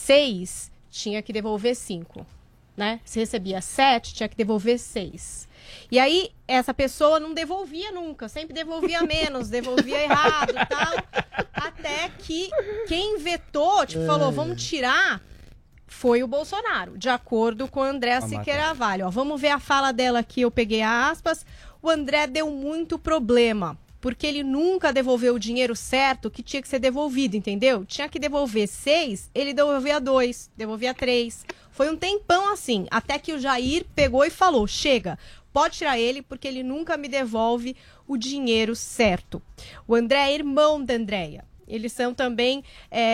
6, tinha que devolver 5. Né? Se recebia 7, tinha que devolver 6. E aí, essa pessoa não devolvia nunca, sempre devolvia menos, devolvia errado e tal. Até que quem vetou, falou, vamos tirar, foi o Bolsonaro, de acordo com a Andréa Siqueira Vale. Ó, vamos ver a fala dela aqui, eu peguei aspas. O André deu muito problema, porque ele nunca devolveu o dinheiro certo que tinha que ser devolvido, entendeu? Tinha que devolver 6, ele devolvia 2, devolvia 3. Foi um tempão assim, até que o Jair pegou e falou, chega, pode tirar ele, porque ele nunca me devolve o dinheiro certo. O André é irmão da Andréia. Eles são também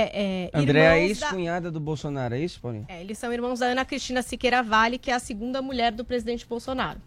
André é irmãos da... ex-cunhada do Bolsonaro, é isso, Paulinho? Eles são irmãos da Ana Cristina Siqueira Vale, que é a segunda mulher do presidente Bolsonaro.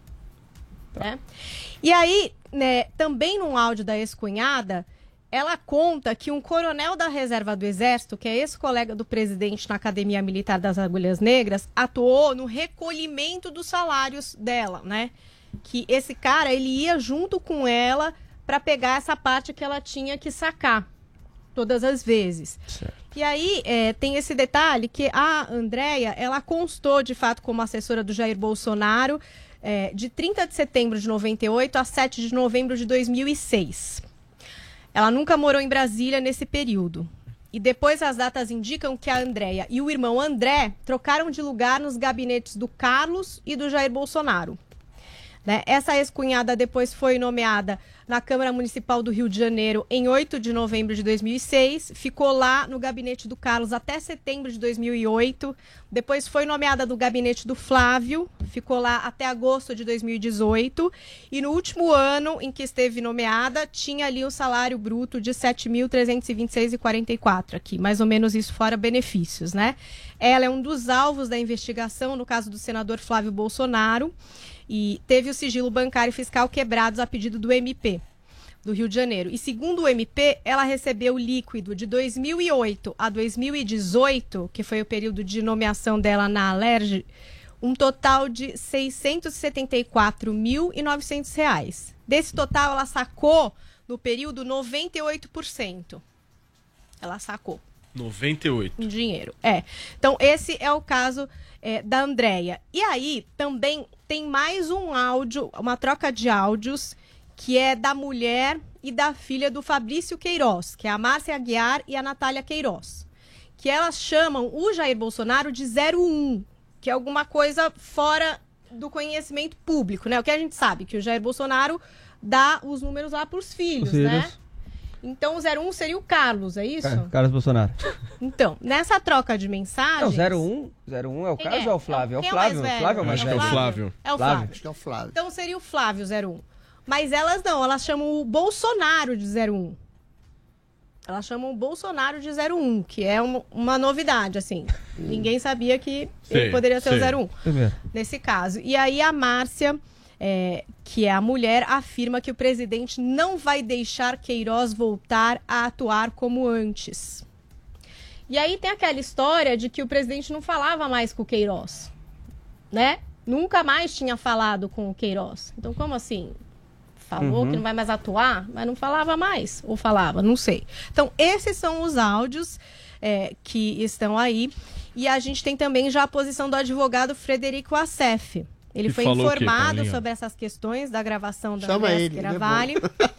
Né? E aí, né, também num áudio da ex-cunhada, ela conta que um coronel da reserva do Exército, que é ex-colega do presidente na Academia Militar das Agulhas Negras, atuou no recolhimento dos salários dela, né? Que esse cara, ele ia junto com ela para pegar essa parte que ela tinha que sacar todas as vezes. Certo. E aí, tem esse detalhe que a Andréia, ela constou, de fato, como assessora do Jair Bolsonaro, de 30 de setembro de 98 a 7 de novembro de 2006. Ela nunca morou em Brasília nesse período. E depois as datas indicam que a Andréia e o irmão André trocaram de lugar nos gabinetes do Carlos e do Jair Bolsonaro. Né? Essa ex-cunhada depois foi nomeada na Câmara Municipal do Rio de Janeiro em 8 de novembro de 2006, ficou lá no gabinete do Carlos até setembro de 2008, depois foi nomeada no gabinete do Flávio, ficou lá até agosto de 2018, e no último ano em que esteve nomeada, tinha ali um salário bruto de R$ 7.326,44, aqui, mais ou menos isso fora benefícios, né? Ela é um dos alvos da investigação no caso do senador Flávio Bolsonaro, e teve o sigilo bancário e fiscal quebrados a pedido do MP do Rio de Janeiro. E segundo o MP, ela recebeu líquido de 2008 a 2018, que foi o período de nomeação dela na Alerj, um total de R$ 674.900. Desse total, ela sacou, no período, 98%. Ela sacou. 98. Em dinheiro. Então, esse é o caso da Andréia. E aí, também tem mais um áudio, uma troca de áudios, que é da mulher e da filha do Fabrício Queiroz, que é a Márcia Aguiar e a Natália Queiroz, que elas chamam o Jair Bolsonaro de 01, que é alguma coisa fora do conhecimento público, né? O que a gente sabe, que o Jair Bolsonaro dá os números lá para os filhos, né? Então, o 01 seria o Carlos, é isso? Carlos Bolsonaro. Então, nessa troca de mensagens... Não, 01 é o Carlos ou é o Flávio? É o quem Flávio. mais velho? Flávio é o mais Acho que é velho. o Flávio. É o Flávio. Acho que é o Flávio. Então, seria o Flávio 01. Mas elas não, elas chamam o Bolsonaro de 01. Elas chamam o Bolsonaro de 01, que é uma novidade, assim. Ninguém sabia que ele poderia ser o 01, nesse caso. E aí a Márcia... que é a mulher, afirma que o presidente não vai deixar Queiroz voltar a atuar como antes. E aí tem aquela história de que o presidente não falava mais com o Queiroz, né? Nunca mais tinha falado com o Queiroz. Então, como assim? Falou que não vai mais atuar, mas não falava mais. Ou falava, não sei. Então, esses são os áudios que estão aí. E a gente tem também já a posição do advogado Frederico Assef. Ele foi informado sobre essas questões da gravação da Andréa Vale.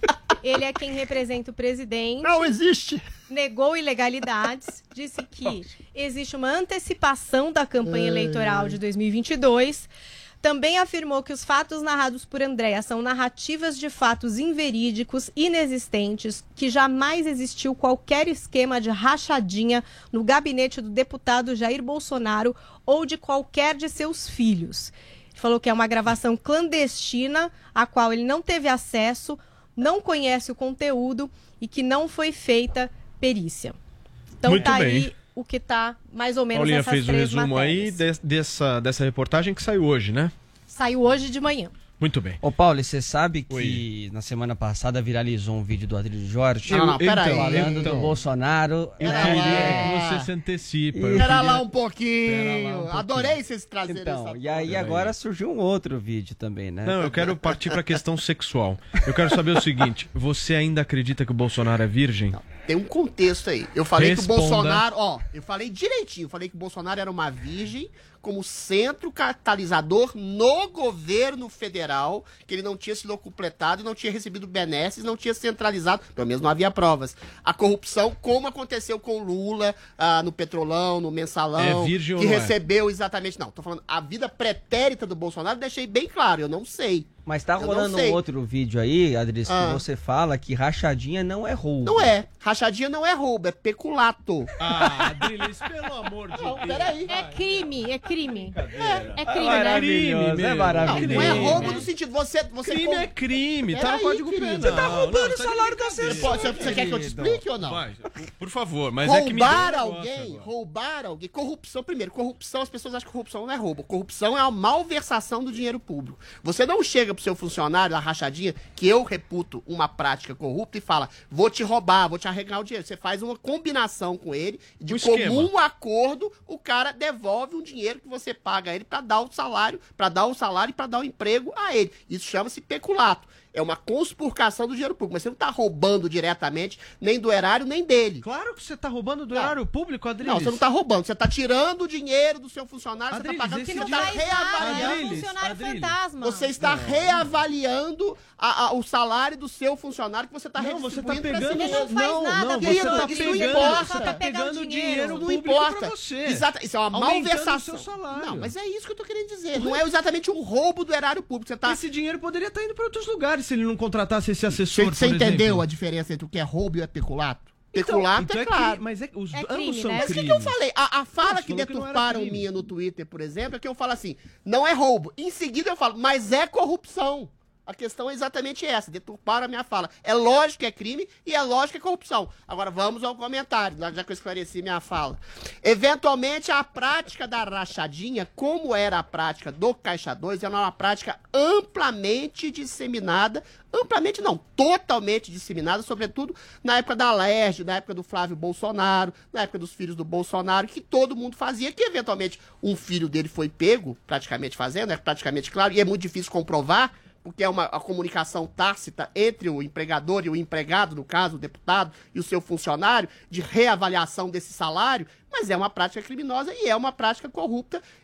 Ele é quem representa o presidente. Não existe! Negou ilegalidades, disse que existe uma antecipação da campanha eleitoral de 2022. Também afirmou que os fatos narrados por Andréa são narrativas de fatos inverídicos, inexistentes, que jamais existiu qualquer esquema de rachadinha no gabinete do deputado Jair Bolsonaro ou de qualquer de seus filhos. Falou que é uma gravação clandestina, a qual ele não teve acesso, não conhece o conteúdo e que não foi feita perícia. Então Muito tá bem. aí o que tá mais ou menos Paulinha essas fez um três resumo matérias. aí dessa reportagem que saiu hoje, né? Saiu hoje de manhã. Muito bem. Ô, Paulo, você sabe que na semana passada viralizou um vídeo do Adrilho Jorge Não, peraí. falando do Bolsonaro. Eu queria que você se antecipa. Espera lá um pouquinho. Adorei vocês trazerem Então, e aí agora surgiu um outro vídeo também, né? Não, eu quero partir para a questão sexual. Eu quero saber o seguinte, você ainda acredita que o Bolsonaro é virgem? Não, tem um contexto aí. Eu falei Responda. que o Bolsonaro, eu falei direitinho, falei que o Bolsonaro era uma virgem como centro catalisador no governo federal, que ele não tinha sido completado, não tinha recebido benesses, não tinha centralizado, pelo menos não havia provas, a corrupção, como aconteceu com Lula no Petrolão, no Mensalão, virgem que ou não recebeu exatamente, não, tô falando, a vida pretérita do Bolsonaro, deixei bem claro, eu não sei. Mas tá rolando um outro vídeo aí, Adris, que você fala que rachadinha não é roubo. Não é. Rachadinha não é roubo, é peculato. Adriles, pelo amor de Deus. Peraí. É crime, é crime. É crime, É né? maravilhoso, é maravilhoso. Não é roubo no sentido, você Crime é crime, tá no Peraí, Código querido. Penal. Você tá roubando Não, o salário da brincadeira. Você quer que eu te explique ou não? Vai, por favor, mas é que me Roubar deu um negócio alguém, agora. roubar alguém. Corrupção, primeiro, corrupção, as pessoas acham que corrupção não é roubo. Corrupção é a malversação do dinheiro público. Você não chega pro seu funcionário, a rachadinha, que eu reputo uma prática corrupta, e fala, vou te roubar, vou te arregar o dinheiro. Você faz uma combinação com ele, de comum acordo, o cara devolve um dinheiro que você paga a ele para dar o salário e para dar o emprego a ele. Isso chama-se peculato. É uma conspurcação do dinheiro público, mas você não tá roubando diretamente nem do erário, nem dele. Claro que você tá roubando do erário público, Adriles. Não, você não tá roubando, você tá tirando o dinheiro do seu funcionário, Adriles, você tá pagando, esse você Não tá faz nada, é um reavaliando. funcionário fantasma. Você está reavaliando o salário do seu funcionário que você está Não, você tá redistribuindo pra pegando... si mesmo. Não faz nada, não, querido, você tá isso não pegando, importa. você tá pegando dinheiro Não público importa. pra você. Exato, isso é uma Aumentando malversação. o seu salário. Não, mas é isso que eu tô querendo dizer. Não é exatamente um roubo do erário público. Você tá... Esse dinheiro poderia estar indo para outros lugares se ele não contratasse esse assessor, Você por entendeu exemplo. a diferença entre o que é roubo e o peculato? Então, Peculato então é claro. mas os É ambos crime, são né? Mas o crimes. que eu falei? A fala Você que falou que não era deturparam crime. minha no Twitter, por exemplo, é que eu falo assim, não é roubo. Em seguida eu falo, mas é corrupção. A questão é exatamente essa, deturparam a minha fala. É lógico que é crime e é lógico que é corrupção. Agora vamos ao comentário, já que eu esclareci minha fala. Eventualmente, a prática da rachadinha, como era a prática do Caixa 2, era uma prática amplamente disseminada, amplamente não, totalmente disseminada, sobretudo na época da Alerj, na época do Flávio Bolsonaro, na época dos filhos do Bolsonaro, que todo mundo fazia, que eventualmente um filho dele foi pego, praticamente fazendo, é praticamente claro, e é muito difícil comprovar, porque é a comunicação tácita entre o empregador e o empregado, no caso, o deputado e o seu funcionário, de reavaliação desse salário, mas é uma prática criminosa e é uma prática corrupta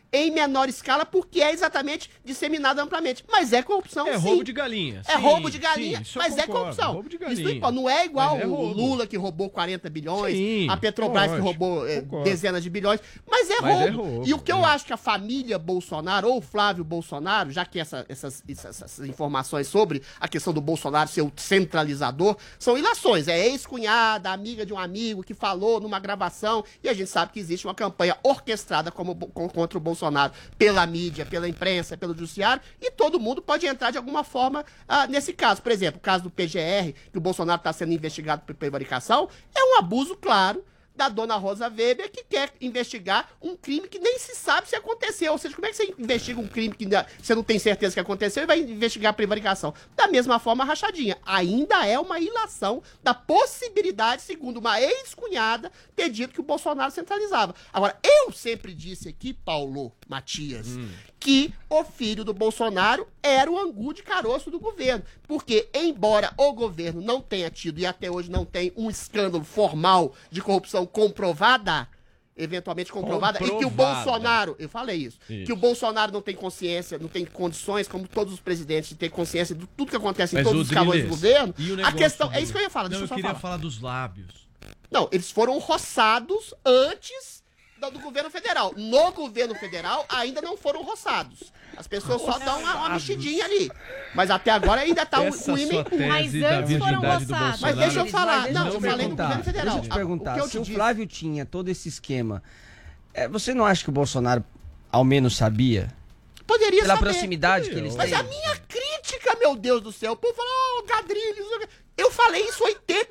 em menor escala, porque é exatamente disseminado amplamente. Mas é corrupção, sim. É roubo de galinha. É roubo de galinha, mas é corrupção. Roubo de Isso galinha. não é igual Mas é o roubo. Lula, que roubou 40 bilhões, Sim, a Petrobras, que lógico, roubou concordo. dezenas de bilhões, mas é Mas roubo. é roubo, E o que eu é. acho que a família Bolsonaro, ou Flávio Bolsonaro, já que essas informações sobre a questão do Bolsonaro ser o centralizador, são ilações. É ex-cunhada, amiga de um amigo que falou numa gravação, e a gente sabe que existe uma campanha orquestrada contra o Bolsonaro pela mídia, pela imprensa, pelo judiciário, e todo mundo pode entrar de alguma forma nesse caso. Por exemplo, o caso do PGR, que o Bolsonaro está sendo investigado por prevaricação, é um abuso claro da dona Rosa Weber, que quer investigar um crime que nem se sabe se aconteceu. Ou seja, como é que você investiga um crime que você não tem certeza que aconteceu e vai investigar a prevaricação? Da mesma forma, a rachadinha. Ainda é uma ilação da possibilidade, segundo uma ex-cunhada, ter dito que o Bolsonaro centralizava. Agora, eu sempre disse aqui, Paulo Matias, que o filho do Bolsonaro era o angu de caroço do governo. Porque, embora o governo não tenha tido, e até hoje não tem, um escândalo formal de corrupção comprovada, eventualmente comprovada, e que o Bolsonaro, eu falei isso, que o Bolsonaro não tem consciência, não tem condições, como todos os presidentes, de ter consciência de tudo que acontece em todos os escalões do governo, a questão, é isso que eu ia falar, deixa eu só falar. Eu queria falar dos lábios. Não, eles foram roçados antes do governo federal. No governo federal, ainda não foram roçados. As pessoas só dão uma mexidinha ali. Mas até agora ainda tá o ímã. Mas antes foram roçados. Mas deixa eu falar. Não, eu falei do perguntar, governo federal. Deixa eu te perguntar, O que eu se te o disse- Flávio tinha todo esse esquema, você não acha que o Bolsonaro ao menos sabia? Poderia Pela saber. proximidade que eles Mas têm. a minha crítica, meu Deus do céu, o povo falou, Gadrilho, eu falei isso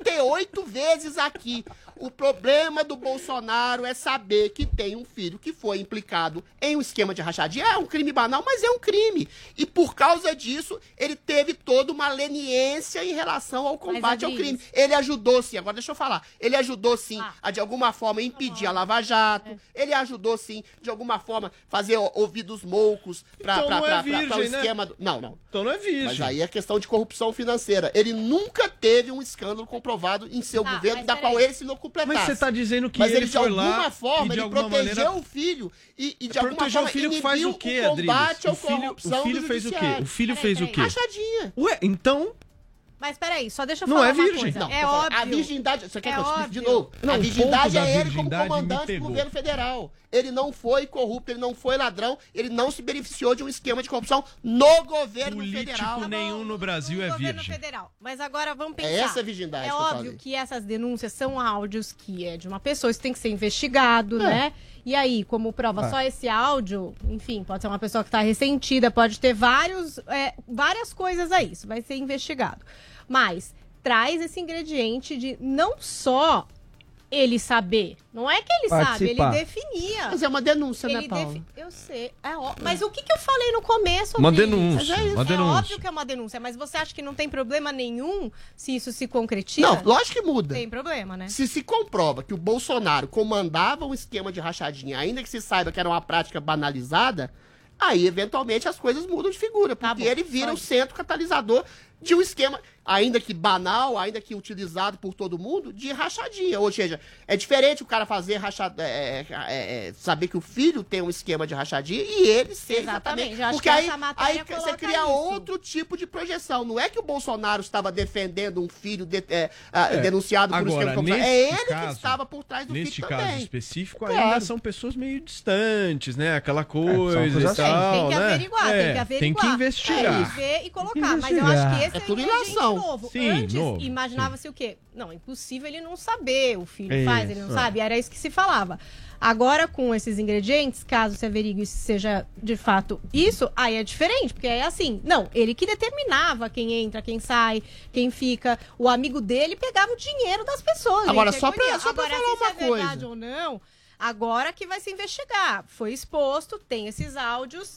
88 vezes aqui. O problema do Bolsonaro é saber que tem um filho que foi implicado em um esquema de rachadinha. É um crime banal, mas é um crime. E por causa disso, ele teve toda uma leniência em relação ao combate ao crime. Ele ajudou sim, agora deixa eu falar, ele ajudou sim a de alguma forma impedir a Lava Jato, ele ajudou sim de alguma forma fazer ouvidos moucos Então não é virgem, o né? esquema do... Não. Então não é virgem. Mas aí é questão de corrupção financeira. Ele nunca teve um escândalo comprovado em seu governo, da qual ele se não completasse. Mas você tá dizendo que Mas ele de foi lá alguma forma, e de ele alguma protegeu maneira- o filho e de alguma Proteger forma o filho que faz o quê, o combate à Adriles? corrupção O filho do fez o quê? judiciário. O filho fez o quê? Rachadinha. Ué, então... Mas peraí, só deixa eu Não falar é uma virgem. coisa. Não, É tô falando, óbvio. a virgindade, você quer É que eu explique de óbvio. novo? Não, A o virgindade ponto da é ele como virgindade me comandante do pegou. governo federal. Ele não foi corrupto, ele não foi ladrão, ele não se beneficiou de um esquema de corrupção no governo Político federal. nenhum no Brasil é governo virgem. federal. Mas agora vamos pensar. É essa a virgindade É que eu óbvio falei. que essas denúncias são áudios que é de uma pessoa, isso tem que ser investigado, né? E aí, como prova só esse áudio, enfim, pode ser uma pessoa que está ressentida, pode ter várias coisas aí, isso vai ser investigado. Mas traz esse ingrediente de não só ele saber, não é que ele sabe, ele Participar. definia. Mas é uma denúncia, né, Ele Paulo? Eu sei, mas o que eu falei no começo? Uma Adriles? denúncia, Mas uma é denúncia. óbvio que é uma denúncia, mas você acha que não tem problema nenhum se isso se concretiza? Não, lógico que muda. Tem problema, né? Se comprova que o Bolsonaro comandava um esquema de rachadinha, ainda que se saiba que era uma prática banalizada, aí eventualmente as coisas mudam de figura, porque ele vira o centro catalisador de um esquema, ainda que banal, ainda que utilizado por todo mundo, de rachadinha. Ou seja, é diferente o cara fazer saber que o filho tem um esquema de rachadinha e ele ser Exatamente. exatamente. Eu acho Porque que aí, essa matéria aí você coloca cria isso. outro tipo de projeção. Não é que o Bolsonaro estava defendendo um filho denunciado por um esquema de Agora, corrupção. neste É ele caso, que estava por trás do neste filho caso também. específico, Claro. ainda são pessoas meio distantes, né? Aquela coisa coisas e tal, Tem que né? averiguar, tem que averiguar. Tem que investigar. Ver e colocar. Mas eu acho que esse É é, tudo um ingrediente ilação. novo. Sim, Antes, novo, imaginava-se o quê? Não, é impossível ele não saber. O filho É faz, ele não isso. sabe. Era isso que se falava. Agora, com esses ingredientes, caso se averigue se seja de fato isso, aí é diferente, porque é assim, não, ele que determinava quem entra, quem sai, quem fica. O amigo dele pegava o dinheiro das pessoas. Agora, gente, só pra Agora, falar se isso uma é verdade coisa. ou não, agora que vai se investigar. Foi exposto, tem esses áudios.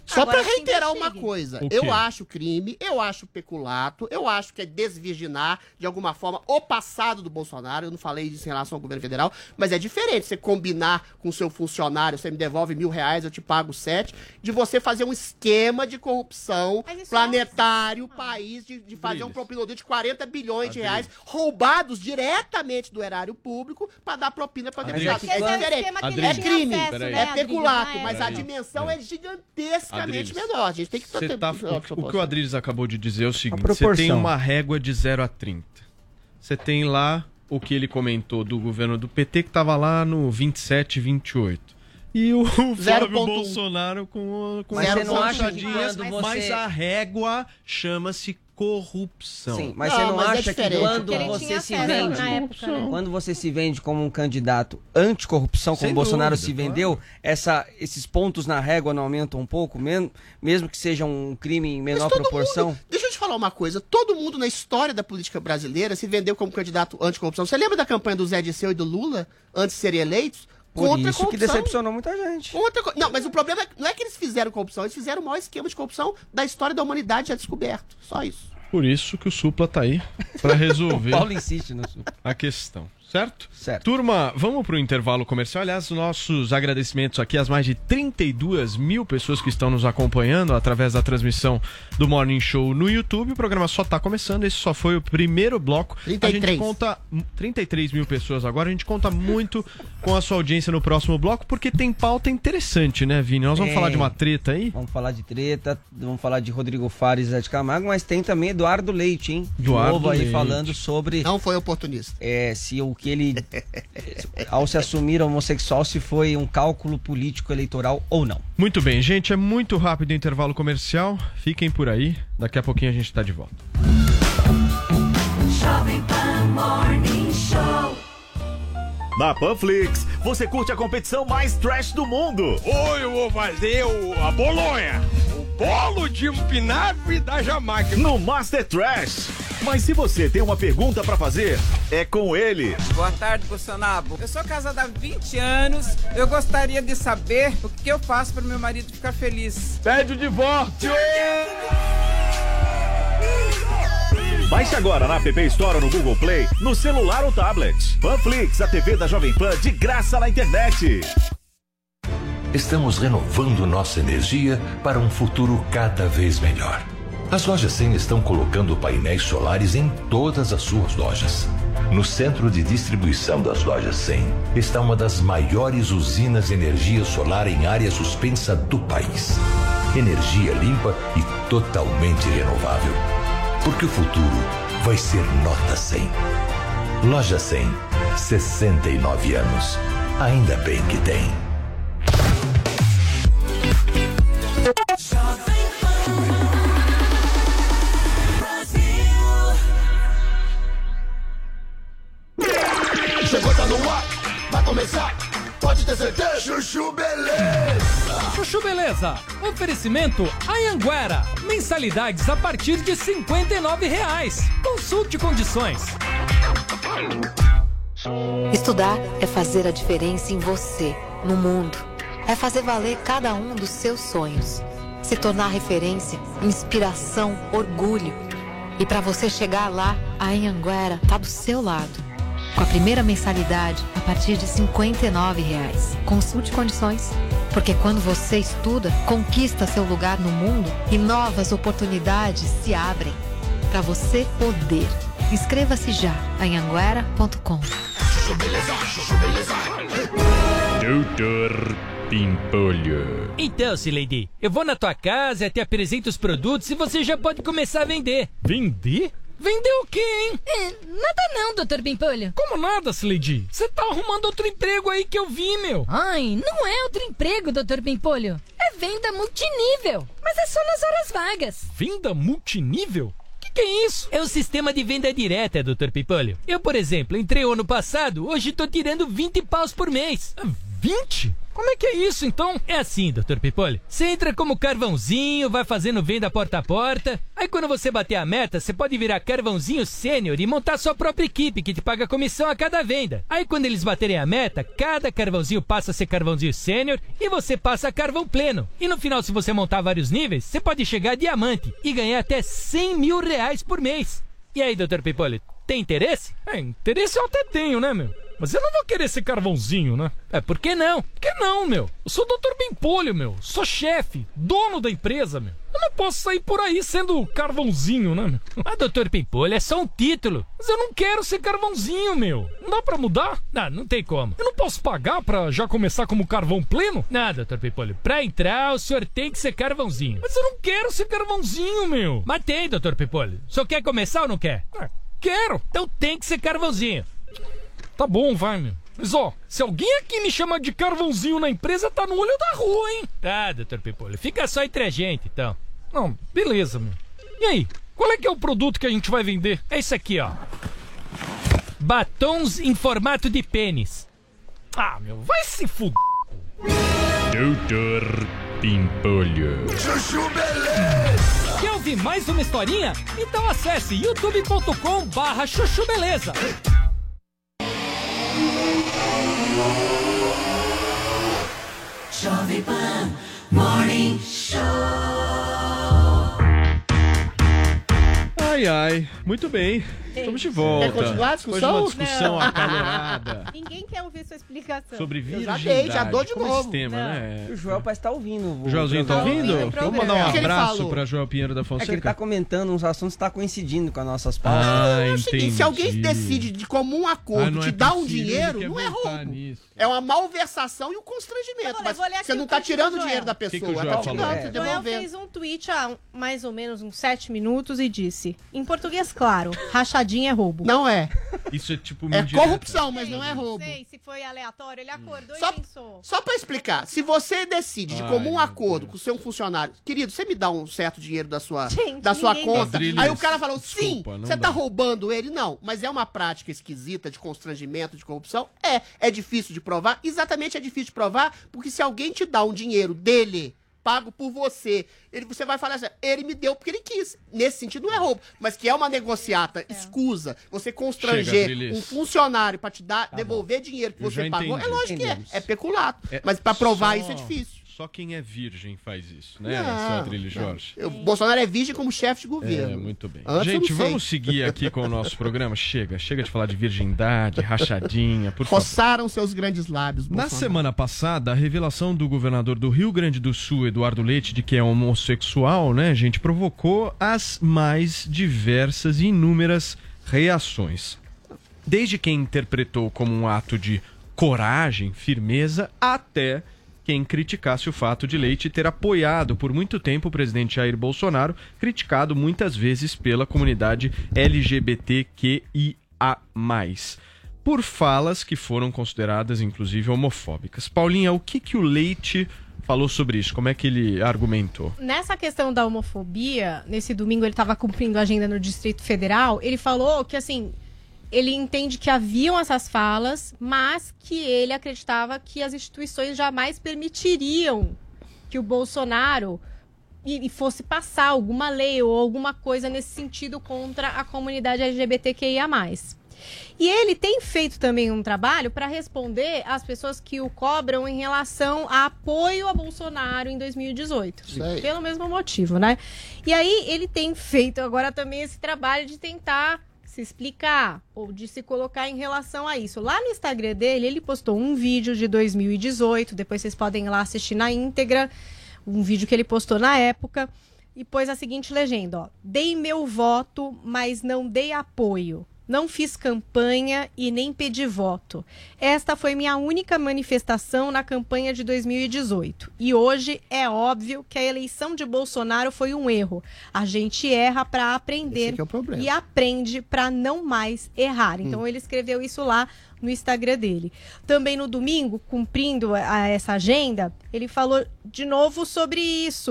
Só Agora pra se reiterar uma investigue. coisa, O quê? eu acho crime, eu acho peculato, eu acho que é desvirginar, de alguma forma, o passado do Bolsonaro. Eu não falei disso em relação ao governo federal, mas é diferente você combinar com o seu funcionário, você me devolve R$1.000, eu te pago 7, de você fazer um esquema de corrupção Mas isso planetário, país, de fazer um propinodê de 40 bilhões de reais roubados diretamente do erário público pra dar propina pra deputado. Mas esse é o esquema que ele É tinha crime, acesso, né, é Adriles, peculato, na mas época. a dimensão é gigantescamente Adriles, menor. A gente tem que o que o Adriles acabou de dizer é o seguinte: você proporção. tem uma régua de 0 a 30. Você tem lá o que ele comentou do governo do PT, que estava lá no 27, 28. E o Flávio 0,1. Bolsonaro com Mas você não acha que puxadinhas, quando você- mas a régua chama-se corrupção. Sim, mas Não, você não mas é acha que diferente. quando Porque ele você tinha se acesso vende, na época, né? quando você se vende como um candidato anticorrupção, como Sem o Bolsonaro dúvida, se vendeu, esses pontos na régua não aumentam um pouco, mesmo que seja um crime em menor proporção? Deixa eu te falar uma coisa. Todo mundo na história da política brasileira se vendeu como candidato anticorrupção. Você lembra da campanha do Zé Disseu e do Lula, antes de serem eleitos? Por Contra a isso que corrupção. decepcionou muita gente. Não, mas o problema não é que eles fizeram corrupção, eles fizeram o maior esquema de corrupção da história da humanidade já descoberto. Só isso. Por isso que o Supla tá aí, pra resolver Paulo insiste no sul. a questão. Certo? Certo. Turma, vamos pro intervalo comercial. Aliás, nossos agradecimentos aqui às mais de 32 mil pessoas que estão nos acompanhando através da transmissão do Morning Show no YouTube. O programa só tá começando, esse só foi o primeiro bloco. 33. A gente conta 33 mil pessoas agora. A gente conta muito com a sua audiência no próximo bloco, porque tem pauta interessante, né, Vini? Nós vamos falar de uma treta aí? Vamos falar de treta, vamos falar de Rodrigo Fares e Zé de Camargo, mas tem também Eduardo Leite, hein? De Eduardo novo aí Leite. falando sobre Não foi oportunista. se o que ele, ao se assumir homossexual, se foi um cálculo político eleitoral ou não. Muito bem, gente. É muito rápido o intervalo comercial. Fiquem por aí. Daqui a pouquinho a gente tá de volta. Jovem Pan Morning Show. Na Panflix, você curte a competição mais trash do mundo. Hoje eu vou fazer a bolonha, o bolo de espinafre da Jamaica. No Master Trash. Mas se você tem uma pergunta pra fazer, é com ele. Boa tarde, Bolsonaro. Eu sou casada há 20 anos. Eu gostaria de saber o que eu faço para meu marido ficar feliz. Pede o divórcio. Baixe agora na App Store ou no Google Play, no celular ou tablet. Panflix, a TV da Jovem Pan de graça na internet. Estamos renovando nossa energia para um futuro cada vez melhor. As lojas 100 estão colocando painéis solares em todas as suas lojas. No centro de distribuição das lojas 100 está uma das maiores usinas de energia solar em área suspensa do país. Energia limpa e totalmente renovável. Porque o futuro vai ser nota 100. Loja 100, 69 anos. Ainda bem que tem. Chegou, tá no ar, vai começar, pode ter certeza. Chuchu Beleza. Chuchu Beleza. Oferecimento Anhanguera. Mensalidades a partir de R$ 59,00. Consulte condições. Estudar é fazer a diferença em você, no mundo. É fazer valer cada um dos seus sonhos. Se tornar referência, inspiração, orgulho. E para você chegar lá, a Anhanguera tá do seu lado. Com a primeira mensalidade a partir de R$ 59,00. Consulte condições. Porque quando você estuda, conquista seu lugar no mundo e novas oportunidades se abrem. Para você poder. Inscreva-se já em anhanguera.com. Doutor Pimpolho. Então, Sileidi, eu vou na tua casa, te apresento os produtos e você já pode começar a vender. Vender? Vender o quê, hein? Nada não, Dr. Pimpolho. Como nada, Sileidi? Você tá arrumando outro emprego aí que eu vi, meu. Ai, não é outro emprego, Dr. Pimpolho. É venda multinível. Mas é só nas horas vagas. Venda multinível? Que é isso? É um sistema de venda direta, Dr. Pimpolho. Eu, por exemplo, entrei o ano passado, hoje tô tirando 20 paus por mês. 20? Como é que é isso, então? É assim, Dr. Pipolho. Você entra como carvãozinho, vai fazendo venda porta a porta. Aí quando você bater a meta, você pode virar carvãozinho sênior e montar sua própria equipe, que te paga comissão a cada venda. Aí quando eles baterem a meta, cada carvãozinho passa a ser carvãozinho sênior e você passa a carvão pleno. E no final, se você montar vários níveis, você pode chegar a diamante e ganhar até 100 mil reais por mês. E aí, Dr. Pipolho, tem interesse? Interesse eu até tenho, né, meu? Mas eu não vou querer ser carvãozinho, né? Por que não? Por que não, meu? Eu sou o Dr. Pimpolho, meu. Sou chefe, dono da empresa, meu. Eu não posso sair por aí sendo carvãozinho, né, meu? Mas, Dr. Pimpolho, é só um título. Mas eu não quero ser carvãozinho, meu. Não dá pra mudar? Não tem como. Eu não posso pagar pra já começar como carvão pleno? Não, Dr. Pimpolho. Pra entrar, o senhor tem que ser carvãozinho. Mas eu não quero ser carvãozinho, meu. Mas tem, Dr. Pimpolho. O senhor quer começar ou não quer? Quero. Então tem que ser carvãozinho. Tá bom, vai, meu. Mas, ó, se alguém aqui me chama de carvãozinho na empresa, tá no olho da rua, hein? Tá, Dr. Pipolho. Fica só entre a gente, então. Não, beleza, meu. E aí, qual é que é o produto que a gente vai vender? É esse aqui, ó. Batons em formato de pênis. Ah, meu, vai se fuder. Doutor Pimpolho. Chuchu Beleza! Quer ouvir mais uma historinha? Então acesse youtube.com/chuchu beleza. Jovem Pan Morning Show. Ai, muito bem. Estamos de volta. Quer continuar a discussão? Depois de uma discussão acalorada. Ninguém quer ouvir sua explicação. Sobre virgindade. Já dou de como novo. Esse tema, né? O Joel parece estar ouvindo. O Joelzinho tá ouvindo? Vamos mandar um que ele abraço falou? pra Joel Pinheiro da É Fonseca. que ele tá comentando uns assuntos que tá coincidindo com as nossas pautas. É o seguinte, se alguém decide de comum acordo não te é dar um possível, dinheiro, ele não quer é voltar roubo. nisso. É uma malversação e um constrangimento. Mas vou ler aqui você não o tá tweet tirando do o dinheiro Joel. da que o pessoa, Joel tá falou? tirando, O você Joel devolvendo. fez um tweet há mais ou menos uns 7 minutos e disse, em português claro, rachadinha é roubo. Não é. Isso é tipo É indireta. corrupção, mas não é roubo. Sei se foi aleatório, ele acordou Só- e pensou. Só pra explicar, se você decide de Ai, comum meu acordo com o seu funcionário, querido, você me dá um certo dinheiro da sua, Gente, da sua ninguém conta, Adriles, aí o cara falou, sim, desculpa, não você dá. tá roubando ele? Não, mas é uma prática esquisita de constrangimento, de corrupção? É difícil de provar? Exatamente, é difícil de provar, porque se alguém te dá um dinheiro dele, pago por você, você vai falar assim, ele me deu porque ele quis. Nesse sentido não é roubo, mas que é uma negociata escusa, você constranger Adriles. um funcionário pra te dar, devolver dinheiro que Eu você já pagou, entendi. é lógico que Entendemos. é peculato. É Mas pra provar só- isso é difícil. Só quem é virgem faz isso, né, Não, seu Adrilho Jorge? O Bolsonaro é virgem como chefe de É, governo. muito bem. Antes eu Gente, não sei. vamos seguir aqui com o nosso programa. Chega de falar de virgindade, rachadinha, por favor. Roçaram seus grandes lábios, Na Bolsonaro. semana passada, a revelação do governador do Rio Grande do Sul, Eduardo Leite, de que é homossexual, né, gente, provocou as mais diversas e inúmeras reações. Desde quem interpretou como um ato de coragem, firmeza, até quem criticasse o fato de Leite ter apoiado por muito tempo o presidente Jair Bolsonaro, criticado muitas vezes pela comunidade LGBTQIA+, por falas que foram consideradas, inclusive, homofóbicas. Paulinha, o que o Leite falou sobre isso? Como é que ele argumentou? Nessa questão da homofobia, nesse domingo ele estava cumprindo a agenda no Distrito Federal, ele falou que, assim, ele entende que haviam essas falas, mas que ele acreditava que as instituições jamais permitiriam que o Bolsonaro e fosse passar alguma lei ou alguma coisa nesse sentido contra a comunidade LGBTQIA+. E ele tem feito também um trabalho para responder às pessoas que o cobram em relação a apoio a Bolsonaro em 2018. Sei. Pelo mesmo motivo, né? E aí ele tem feito agora também esse trabalho de tentar se explicar ou de se colocar em relação a isso. Lá no Instagram dele, ele postou um vídeo de 2018, depois vocês podem ir lá assistir na íntegra, um vídeo que ele postou na época, e pôs a seguinte legenda, ó: dei meu voto, mas não dei apoio. Não fiz campanha e nem pedi voto. Esta foi minha única manifestação na campanha de 2018. E hoje é óbvio que a eleição de Bolsonaro foi um erro. A gente erra para aprender Esse que é o problema. e aprende para não mais errar. Então ele escreveu isso lá no Instagram dele. Também no domingo, cumprindo essa agenda, ele falou de novo sobre isso.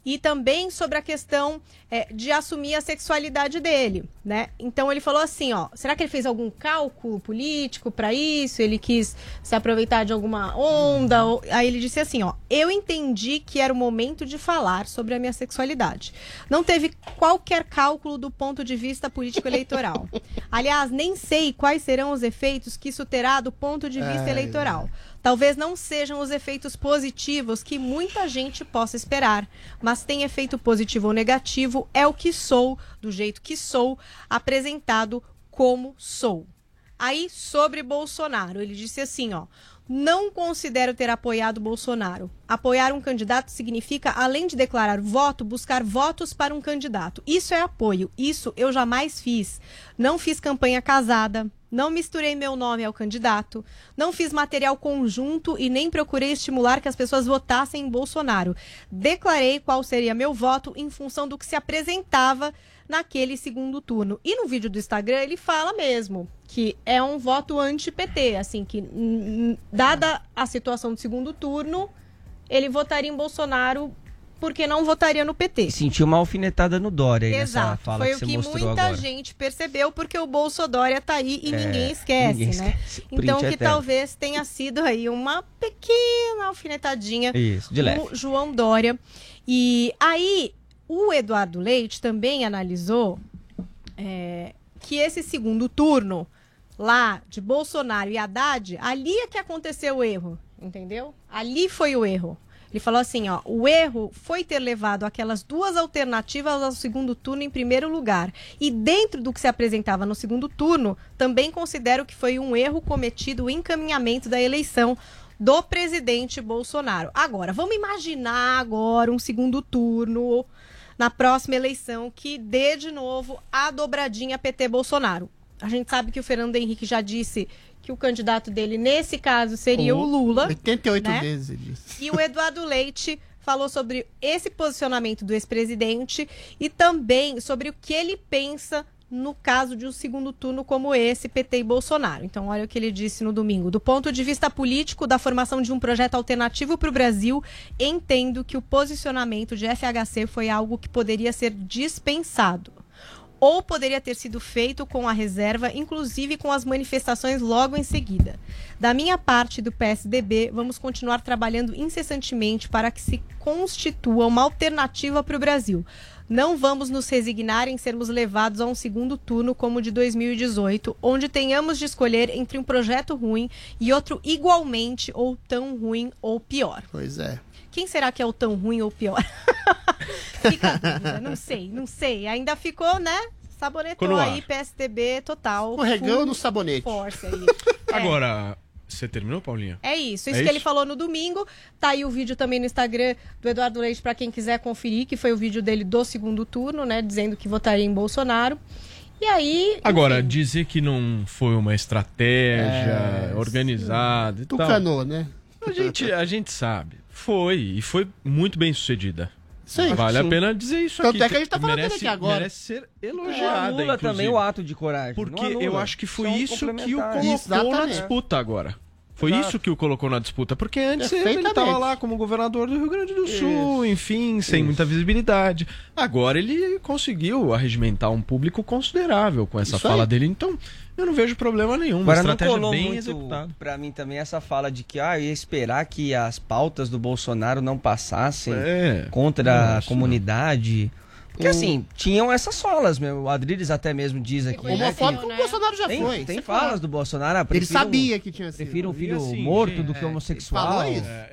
e também sobre a questão de assumir a sexualidade dele, né? Então ele falou assim, ó, será que ele fez algum cálculo político para isso? Ele quis se aproveitar de alguma onda? Aí ele disse assim, ó, eu entendi que era o momento de falar sobre a minha sexualidade. Não teve qualquer cálculo do ponto de vista político-eleitoral. Aliás, nem sei quais serão os efeitos que isso terá do ponto de vista eleitoral. Talvez não sejam os efeitos positivos que muita gente possa esperar, mas tem efeito positivo ou negativo, é o que sou, do jeito que sou, apresentado como sou. Aí, sobre Bolsonaro, ele disse assim, ó, não considero ter apoiado Bolsonaro. Apoiar um candidato significa, além de declarar voto, buscar votos para um candidato. Isso é apoio. Isso eu jamais fiz. Não fiz campanha casada, não misturei meu nome ao candidato, não fiz material conjunto e nem procurei estimular que as pessoas votassem em Bolsonaro. Declarei qual seria meu voto em função do que se apresentava naquele segundo turno. E no vídeo do Instagram ele fala mesmo que é um voto anti-PT, assim, que dada a situação do segundo turno, ele votaria em Bolsonaro porque não votaria no PT. E sentiu uma alfinetada no Dória aí nessa Exato, fala foi que você o que mostrou muita agora. gente percebeu, porque o Bolsodória tá aí e ninguém esquece, né? Então que eterno. talvez tenha sido aí uma pequena alfinetadinha Isso, de leve. no João Dória. E aí o Eduardo Leite também analisou que esse segundo turno lá de Bolsonaro e Haddad, ali é que aconteceu o erro, entendeu? Ali foi o erro. Ele falou assim, ó, o erro foi ter levado aquelas duas alternativas ao segundo turno em primeiro lugar. E dentro do que se apresentava no segundo turno, também considero que foi um erro cometido o encaminhamento da eleição do presidente Bolsonaro. Agora, vamos imaginar agora um segundo turno na próxima eleição que dê de novo a dobradinha PT-Bolsonaro. A gente sabe que o Fernando Henrique já disse que o candidato dele, nesse caso, seria o Lula. 88 né? vezes ele disse. E o Eduardo Leite falou sobre esse posicionamento do ex-presidente e também sobre o que ele pensa no caso de um segundo turno como esse, PT e Bolsonaro. Então, olha o que ele disse no domingo. Do ponto de vista político, da formação de um projeto alternativo para o Brasil, entendo que o posicionamento de FHC foi algo que poderia ser dispensado. Ou poderia ter sido feito com a reserva, inclusive com as manifestações logo em seguida. Da minha parte do PSDB, vamos continuar trabalhando incessantemente para que se constitua uma alternativa para o Brasil. Não vamos nos resignar em sermos levados a um segundo turno como o de 2018, onde tenhamos de escolher entre um projeto ruim e outro igualmente ou tão ruim ou pior. Pois é. Quem será que é o tão ruim ou pior? Fica a dúvida, não sei. Ainda ficou, né? Sabonetou aí, PSDB total. Escorregando no sabonete. Força aí. Agora, você terminou, Paulinha? É isso que ele falou no domingo. Tá aí o vídeo também no Instagram do Eduardo Leite para quem quiser conferir, que foi o vídeo dele do segundo turno, né? Dizendo que votaria em Bolsonaro. E aí... Agora, dizer que não foi uma estratégia organizada e tal... Tucanou, né? A gente sabe. Foi muito bem sucedida. Sim, vale a pena dizer isso aqui. Tanto é que a gente tá falando dele aqui agora. Merece ser elogiada, Anula também o ato de coragem. Porque eu acho que foi isso que o complementar. colocou na disputa agora. Foi isso que o colocou na disputa. Porque antes ele estava lá como governador do Rio Grande do Sul, enfim, sem muita visibilidade. Agora ele conseguiu arregimentar um público considerável com essa fala dele. Então, eu não vejo problema nenhum. Uma estratégia bem executada. Pra mim também essa fala de que ia esperar que as pautas do Bolsonaro não passassem contra a comunidade. Porque assim, tinham essas falas mesmo. O Adriles até mesmo diz aqui. Homofóbico, o Bolsonaro já foi. Tem falas do Bolsonaro. Ele sabia que tinha sido. Prefiro um filho assim, morto do que homossexual.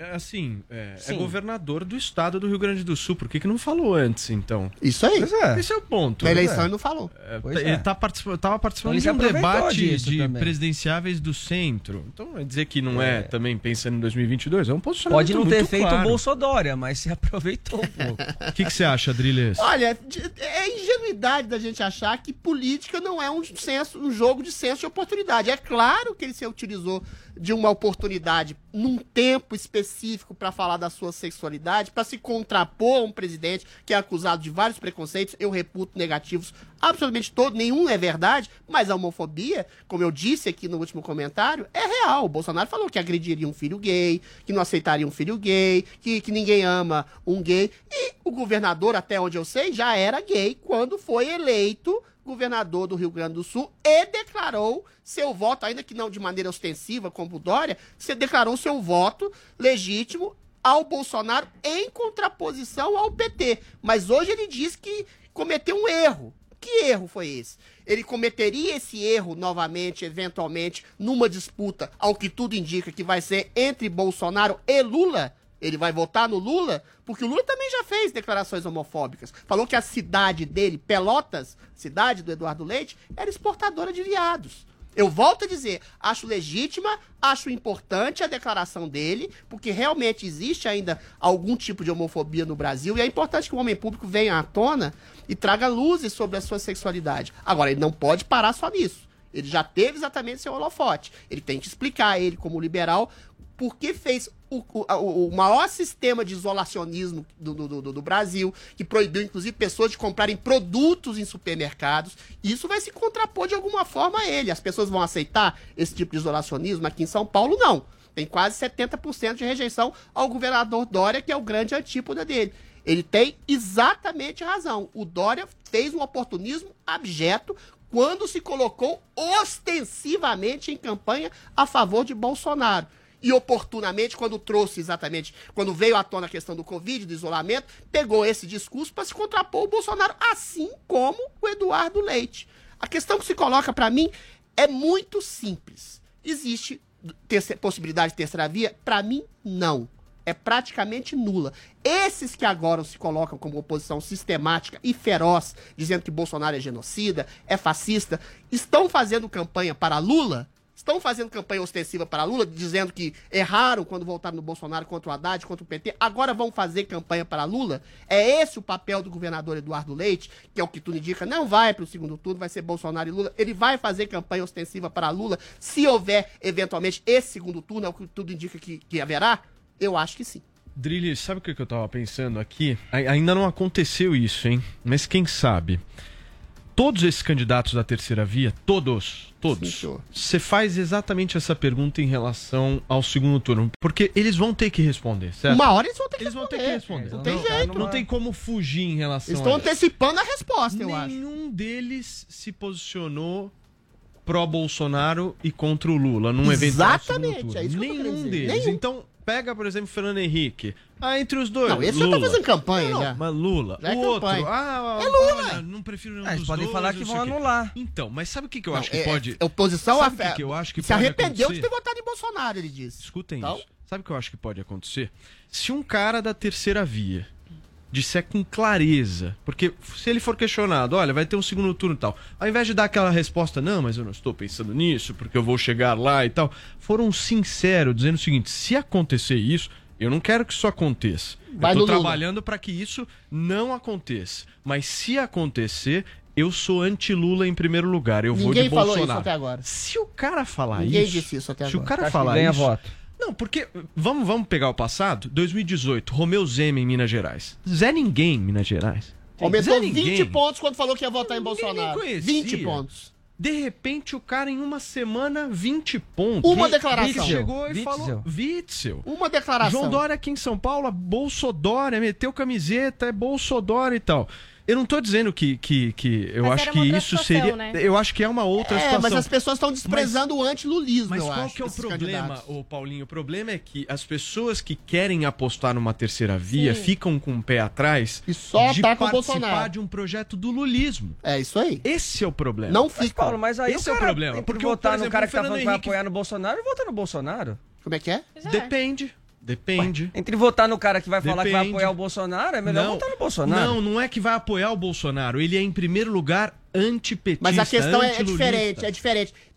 É governador do estado do Rio Grande do Sul. Por que não falou antes, então? Isso aí. Esse é o ponto. Na eleição ele não falou. Ele tava participando de um debate de presidenciáveis do centro. Então, vai dizer que não é também pensando em 2022? É um posicionamento Pode não ter muito feito claro. o Bolsodória, mas se aproveitou um pouco. O que você acha, Adriles? Olha, é ingenuidade da gente achar que política não é um jogo de senso de oportunidade. É claro que ele se utilizou de uma oportunidade num tempo específico para falar da sua sexualidade, para se contrapor a um presidente que é acusado de vários preconceitos, eu reputo negativos, absolutamente todos, nenhum é verdade, mas a homofobia, como eu disse aqui no último comentário, é real. O Bolsonaro falou que agrediria um filho gay, que não aceitaria um filho gay, que ninguém ama um gay, e o governador, até onde eu sei, já era gay quando foi eleito governador do Rio Grande do Sul e declarou seu voto, ainda que não de maneira ostensiva como o Dória, você declarou seu voto legítimo ao Bolsonaro em contraposição ao PT. Mas hoje ele diz que cometeu um erro. Que erro foi esse? Ele cometeria esse erro novamente, eventualmente, numa disputa, ao que tudo indica que vai ser entre Bolsonaro e Lula? Ele vai votar no Lula? Porque o Lula também já fez declarações homofóbicas. Falou que a cidade dele, Pelotas, cidade do Eduardo Leite, era exportadora de viados. Eu volto a dizer, acho legítima, acho importante a declaração dele, porque realmente existe ainda algum tipo de homofobia no Brasil, e é importante que o homem público venha à tona e traga luzes sobre a sua sexualidade. Agora, ele não pode parar só nisso. Ele já teve exatamente seu holofote. Ele tem que explicar, ele como liberal, por que fez o maior sistema de isolacionismo do Brasil, que proibiu, inclusive, pessoas de comprarem produtos em supermercados. Isso vai se contrapor de alguma forma a ele. As pessoas vão aceitar esse tipo de isolacionismo aqui em São Paulo? Não. Tem quase 70% de rejeição ao governador Dória, que é o grande antípoda dele. Ele tem exatamente razão. O Dória fez um oportunismo abjeto quando se colocou ostensivamente em campanha a favor de Bolsonaro. E oportunamente, quando trouxe exatamente, quando veio à tona a questão do Covid, do isolamento, pegou esse discurso para se contrapor ao Bolsonaro, assim como o Eduardo Leite. A questão que se coloca para mim é muito simples. Existe possibilidade de terceira via? Para mim, não. É praticamente nula. Esses que agora se colocam como oposição sistemática e feroz, dizendo que Bolsonaro é genocida, é fascista, estão fazendo campanha para Lula? Estão fazendo campanha ostensiva para Lula, dizendo que erraram quando votaram no Bolsonaro contra o Haddad, contra o PT, agora vão fazer campanha para Lula? É esse o papel do governador Eduardo Leite, que é o que tudo indica, não vai para o segundo turno, vai ser Bolsonaro e Lula, ele vai fazer campanha ostensiva para Lula, se houver, eventualmente, esse segundo turno, é o que tudo indica que haverá? Eu acho que sim. Drilly, sabe o que eu tava pensando aqui? Ainda não aconteceu isso, hein? Mas quem sabe? Todos esses candidatos da terceira via, todos, você faz exatamente essa pergunta em relação ao segundo turno, porque eles vão ter que responder, certo? Uma hora eles vão ter que responder. Não tem jeito. Não tem como fugir em relação Eles estão antecipando a resposta, eu acho. Nenhum deles se posicionou pró-Bolsonaro e contra o Lula num eventual segundo turno. É isso que eu tô querendo dizer. Deles. Então, pega, por exemplo, Fernando Henrique. Entre os dois. Não, esse já tá fazendo campanha, já. Mas Lula. Já é o outro. campanha. É Lula. Olha, não prefiro nenhum Eles dos podem dois, falar que não sei vão o quê. anular. Então, mas sabe o que eu acho que pode... Oposição sabe o que eu acho que se pode arrependeu acontecer? de ter votado em Bolsonaro, ele disse. Escutem Então? isso. Sabe o que eu acho que pode acontecer? Se um cara da terceira via disser com clareza, porque se ele for questionado, olha, vai ter um segundo turno e tal, ao invés de dar aquela resposta, não, mas eu não estou pensando nisso, porque eu vou chegar lá e tal, foram sinceros, dizendo o seguinte, se acontecer isso, eu não quero que isso aconteça. Vai eu tô no Lula. trabalhando para que isso não aconteça. Mas se acontecer, eu sou anti-Lula em primeiro lugar, eu vou de Ninguém falou Bolsonaro. isso até agora. Se o cara falar Ninguém isso... disse isso até se agora. o cara Acho que falar ganha isso... voto. Não, porque, vamos pegar o passado, 2018, Romeu Zema em Minas Gerais. Zé ninguém em Minas Gerais. Aumentou Zé 20 ninguém. pontos quando falou que ia votar em Bolsonaro. conhecia. 20 pontos. De repente, o cara em uma semana, 20 pontos. Uma declaração. Chegou e Witzel. falou... Witzel. Uma declaração. João Dória aqui em São Paulo, Bolsodória, meteu camiseta, é Bolsodória e tal. Eu não tô dizendo que eu Mas acho era que uma outra isso situação, seria... né? Eu acho que é uma outra situação. Mas as pessoas estão desprezando o antilulismo, Mas eu qual acho, que é o esses problema, candidatos. ô Paulinho? O problema é que as pessoas que querem apostar numa terceira via Sim. ficam com o pé atrás E só de atacam o participar Bolsonaro. de um projeto do lulismo. É isso aí. Esse é o problema. Não Mas, fica. Paulo, mas aí Esse o é o cara, problema, entre porque, votar por no exemplo, cara o que tá falando que vai Fernando apoiar no Bolsonaro, vota no Bolsonaro. Como é que é? Depende. Entre votar no cara que vai falar que vai Depende. apoiar o Bolsonaro, é melhor votar no Bolsonaro. Não é que vai apoiar o Bolsonaro. Ele é, em primeiro lugar, antipetista, Mas a questão é antilulista. diferente, é diferente.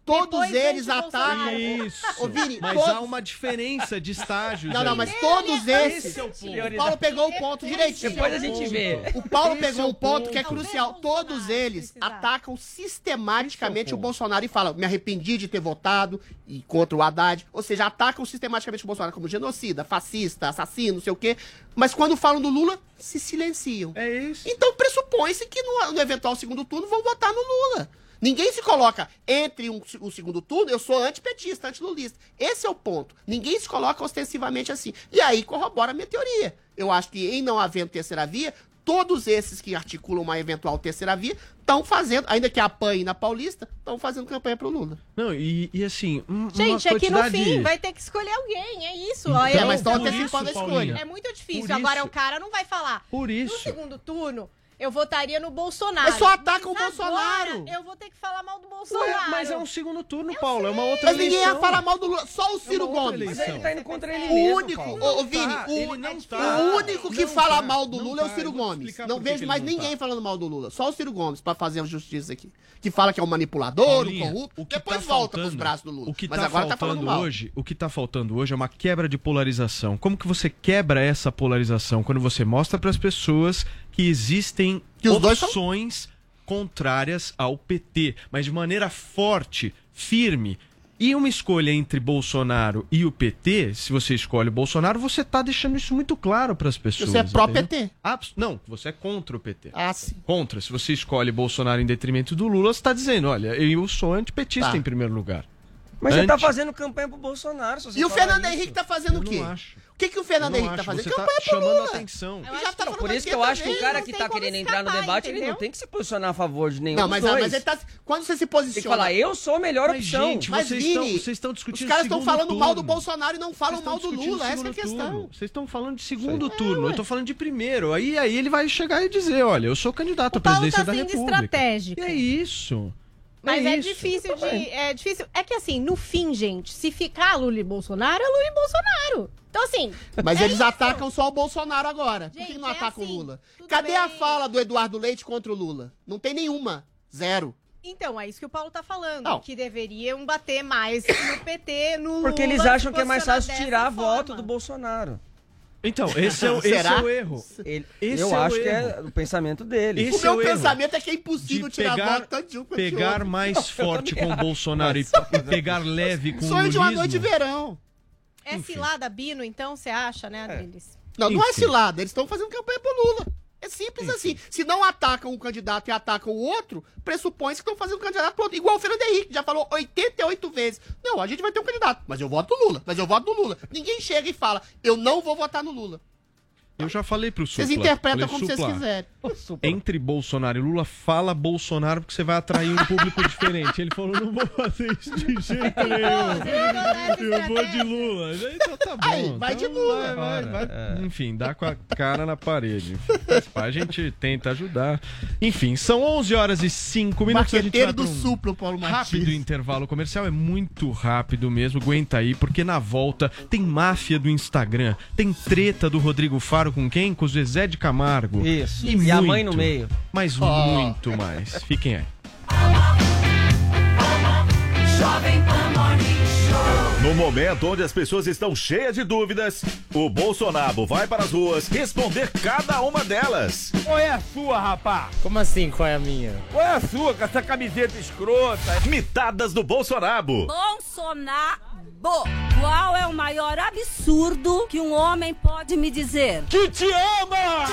Todos Depois eles vem de atacam. Bolsonaro. Isso. Ô, Vini, Mas todos- há uma diferença de estágios. Não, aí. mas todos esses. Esse é o ponto. O Paulo pegou o ponto direitinho. Depois a gente vê. O Paulo Esse pegou é o um ponto ponto. que é crucial. Todos eles atacam sistematicamente o Bolsonaro e falam: me arrependi de ter votado e contra o Haddad. Ou seja, atacam sistematicamente o Bolsonaro como genocida, fascista, assassino, não sei o quê. Mas quando falam do Lula, se silenciam. É isso. Então pressupõe-se que no eventual segundo turno vão votar no Lula. Ninguém se coloca entre o segundo turno, eu sou antipetista, antilulista. Esse é o ponto. Ninguém se coloca ostensivamente assim. E aí corrobora a minha teoria. Eu acho que em não havendo terceira via, todos esses que articulam uma eventual terceira via estão fazendo, ainda que apanhem na Paulista, estão fazendo campanha pro Lula. Não, e assim, Gente, aqui no fim vai ter que escolher alguém, é isso. Ó, Então, é mas estão por antecipando a isso, escolha. Paulinha. É muito difícil. Por Agora isso- o cara não vai falar. Por isso. No segundo turno, eu votaria no Bolsonaro. Mas só atacam o Mas Bolsonaro. agora eu vou ter que falar mal do Ué, Bolsonaro. mas é um segundo turno, Paulo. É uma outra Mas ninguém eleição. ia falar mal do Lula, só o Ciro uma outra Gomes. eleição. Mas ele tá indo contra ele O mesmo, único, Paulo. ô Vini, ele não tá. o único que Não fala tá. mal do Não Lula é tá. o Ciro Eu vou Gomes. explicar Não por que vejo que mais ele não ninguém tá. falando mal do Lula. Só o Ciro Gomes pra fazer a justiça aqui. Que fala que é um manipulador, Paulinha, um corrupto. o que Depois tá volta faltando- pros braços do Lula. O que Mas tá agora tá falando faltando mal. hoje, o que tá faltando hoje é uma quebra de polarização. Como que você quebra essa polarização quando você mostra para as pessoas que existem Que os dois são- opções contrárias ao PT, mas de maneira forte, firme. E uma escolha entre Bolsonaro e o PT, se você escolhe o Bolsonaro, você tá deixando isso muito claro para as pessoas. Você é entendeu? pró-PT. Não, você é contra o PT. Ah, sim. Contra. Se você escolhe Bolsonaro em detrimento do Lula, você está dizendo, olha, eu sou antipetista Tá. em primeiro lugar. Mas você tá fazendo campanha pro Bolsonaro. Se você E o falar Fernando isso. Henrique tá fazendo o quê? não acho. O que o Fernando Eu não Henrique tá acho. fazendo? Você tá Campanha pro chamando Lula. atenção. E já tá falando Por isso que eu 80 acho que o vezes. cara não que tem tá como querendo entrar no escapar, debate, ele entendeu? não tem que se posicionar a favor de nenhum Não, dos mas, dois. mas ele tá, quando você se posiciona... Tem que falar, eu sou a melhor Mas, opção. gente, Mas, vocês Vini, estão discutindo os caras estão segundo falando mal do turno. Bolsonaro e não falam Vocês mal estão do discutindo Lula, essa é a segundo questão. turno. Vocês estão falando de segundo turno, eu tô falando de primeiro. Aí ele vai chegar e dizer, olha, eu sou candidato à O Paulo presidência tá da sendo República. estratégico. E é isso. Mas é isso. difícil de. É difícil. É que assim, no fim, gente, se ficar Lula e Bolsonaro, é Lula e Bolsonaro. Então, assim. Mas é eles isso. atacam só o Bolsonaro agora. Por que Gente, não é atacam assim, o Lula? tudo Cadê bem. a fala do Eduardo Leite contra o Lula? Não tem nenhuma. Zero. Então, é isso que o Paulo tá falando. Não. Que deveriam bater mais no PT, no Lula. Porque eles se acham que é mais posicionar fácil dessa tirar forma. voto do Bolsonaro. Então, esse é o Será? erro. Esse Eu é o acho que erro. é o pensamento deles. Esse O meu é o erro. pensamento é que é impossível De tirar pegar- voto tanto de um quanto de Pegar outro. mais forte com o Bolsonaro e pegar leve com o Sonho de uma lulismo. noite de verão. É cilada Bino, então, você acha, né, Adriles? Não, não é Enfim. cilada. Eles estão fazendo campanha pro Lula. É simples assim. Se não atacam um candidato e atacam o outro, pressupõe que estão fazendo um candidato pro outro. Igual o Fernando Henrique, já falou 88 vezes. Não, a gente vai ter um candidato, mas eu voto no Lula, mas eu voto no Lula. Ninguém chega e fala, eu não vou votar no Lula. Eu já falei pro Supla. Vocês interpretam falei, como vocês Supla, quiserem. Entre Bolsonaro e Lula, fala Bolsonaro porque você vai atrair um público diferente. Ele falou, não vou fazer isso de jeito nenhum. Eu vou de Lula. Então tá bom. Aí, vai de Então Lula. vai. Enfim, dá com a cara na parede. Enfim, a gente tenta ajudar. Enfim, são 11 horas e 5 minutos. A gente Marqueteiro vai do pra um Supla, o Paulo rápido Martins. intervalo comercial. É muito rápido mesmo. Aguenta aí, porque na volta tem máfia do Instagram. Tem treta do Rodrigo Faro com quem? Com o Zezé de Camargo. Isso. E a mãe no meio. Mas muito mais. Fiquem aí. Jovem Pan Morning Show. No momento onde as pessoas estão cheias de dúvidas, o Bolsonaro vai para as ruas responder cada uma delas. Qual é a sua, rapá? Como assim, qual é a minha? Qual é a sua, com essa camiseta escrota? Mitadas do Bolsonaro. Bolsonaro, qual é o maior absurdo que um homem pode me dizer? Que te ama!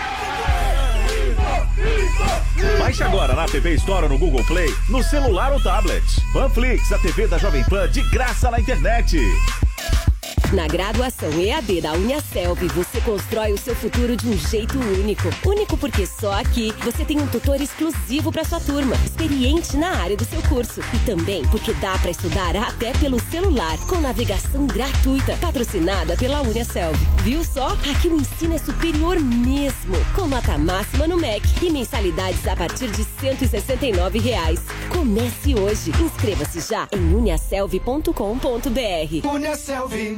Baixe agora na TV Store ou no Google Play, no celular ou tablet. Panflix, a TV da Jovem Pan, de graça na internet. Na graduação EAD da Uniaselv, você constrói o seu futuro de um jeito único. Único porque só aqui você tem um tutor exclusivo para sua turma, experiente na área do seu curso. E também porque dá para estudar até pelo celular, com navegação gratuita, patrocinada pela Uniaselv. Viu só? Aqui o ensino é superior mesmo, com nota máxima no MEC e mensalidades a partir de R$169. Comece hoje. Inscreva-se já em uniaselv.com.br. Uniaselv.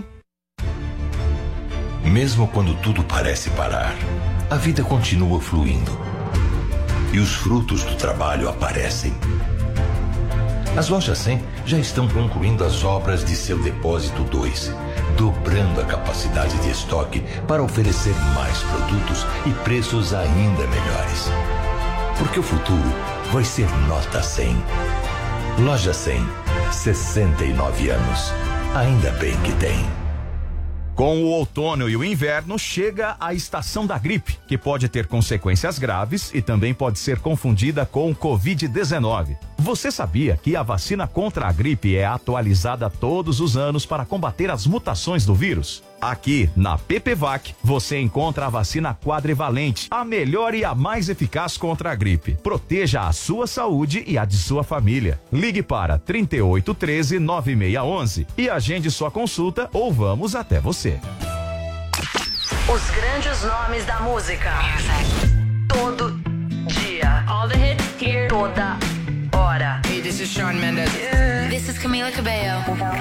Mesmo quando tudo parece parar, a vida continua fluindo. E os frutos do trabalho aparecem. As lojas 100 já estão concluindo as obras de seu depósito 2, dobrando a capacidade de estoque para oferecer mais produtos e preços ainda melhores. Porque o futuro vai ser nota 100. Loja 100, 69 anos. Ainda bem que tem. Com o outono e o inverno, chega a estação da gripe, que pode ter consequências graves e também pode ser confundida com o Covid-19. Você sabia que a vacina contra a gripe é atualizada todos os anos para combater as mutações do vírus? Aqui, na PPVAC, você encontra a vacina quadrivalente, a melhor e a mais eficaz contra a gripe. Proteja a sua saúde e a de sua família. Ligue para 3813-9611 e agende sua consulta ou vamos até você. Os grandes nomes da música. Todo dia. All the hits here. Toda hora. Hey, this is Shawn Mendes. Yeah. This is Camila Cabello.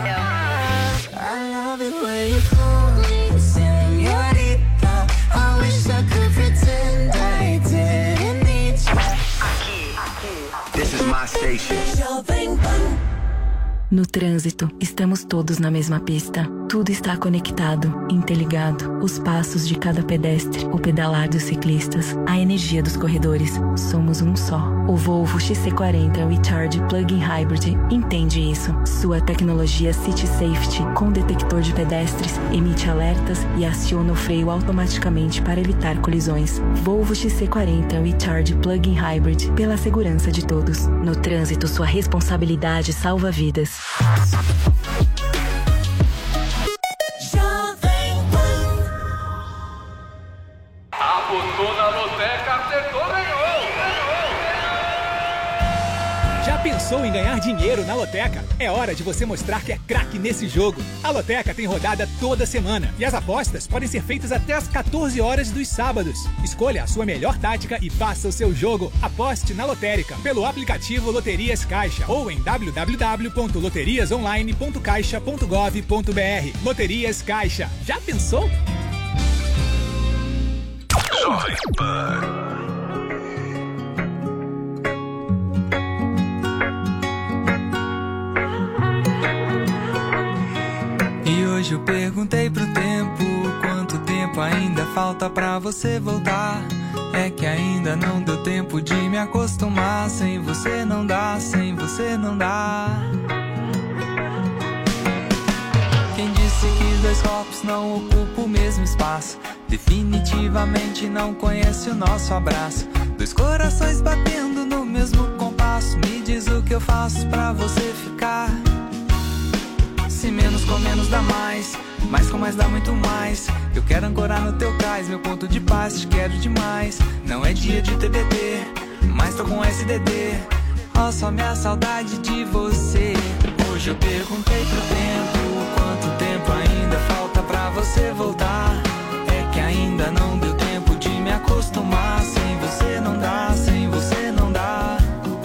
I love it when you call me señorita. I wish I could pretend I didn't need you. Aqui. This is my station. Jovem Pan. No trânsito, estamos todos na mesma pista. Tudo está conectado, interligado. Os passos de cada pedestre, o pedalar dos ciclistas, a energia dos corredores. Somos um só. O Volvo XC40 Recharge Plug-in Hybrid entende isso. Sua tecnologia City Safety, com detector de pedestres, emite alertas e aciona o freio automaticamente para evitar colisões. Volvo XC40 Recharge Plug-in Hybrid, pela segurança de todos. No trânsito, sua responsabilidade salva vidas. Apostou na loteca, acertou, ganhou! Já pensou em ganhar dinheiro na loteca? É hora de você mostrar que é craque nesse jogo. A loteca tem rodada toda semana e as apostas podem ser feitas até às 14 horas dos sábados. Escolha a sua melhor tática e faça o seu jogo. Aposte na lotérica pelo aplicativo Loterias Caixa ou em www.loteriasonline.caixa.gov.br. Loterias Caixa. Já pensou? Jovem Pan. E hoje eu perguntei pro tempo quanto tempo ainda falta pra você voltar. É que ainda não deu tempo de me acostumar. Sem você não dá, sem você não dá. Quem disse que dois corpos não ocupam o mesmo espaço? Definitivamente não conhece o nosso abraço. Dois corações batendo no mesmo compasso. Me diz o que eu faço pra você ficar. Se menos com menos dá mais, mais com mais dá muito mais. Eu quero ancorar no teu cais, meu ponto de paz, te quero demais. Não é dia de TBT, mas tô com SDD. Ó, só minha saudade de você. Hoje eu perguntei pro tempo quanto tempo ainda falta pra você voltar. É que ainda não deu tempo de me acostumar. Sem você não dá, sem você não dá.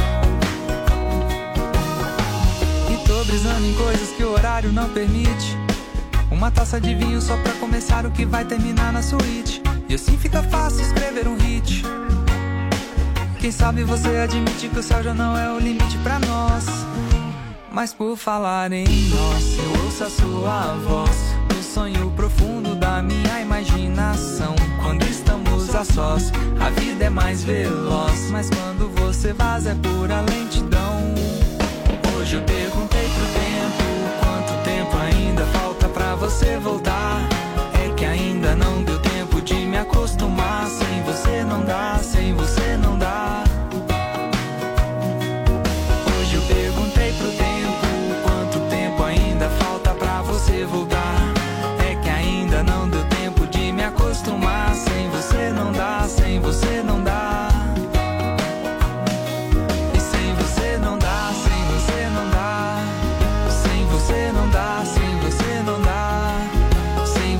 E tô brisando em coisas que o horário não permite. Uma taça de vinho só pra começar o que vai terminar na suíte. E assim fica fácil escrever um hit. Quem sabe você admite que o céu já não é o limite pra nós. Mas por falar em nós, eu ouço a sua voz no sonho profundo da minha imaginação. Quando estamos a sós, a vida é mais veloz. Mas quando você vaza é pura lentidão. Hoje eu perguntei pro tempo quanto tempo ainda falta pra você voltar. É que ainda não deu tempo de me acostumar. Sem você não dá, sem você não dá. Hoje eu perguntei pro tempo quanto tempo ainda falta pra você voltar. É que ainda não deu tempo de me acostumar. Sem você não dá, sem você não dá. E sem você não dá, sem você não dá. Sem você não dá, sem você não dá. Sem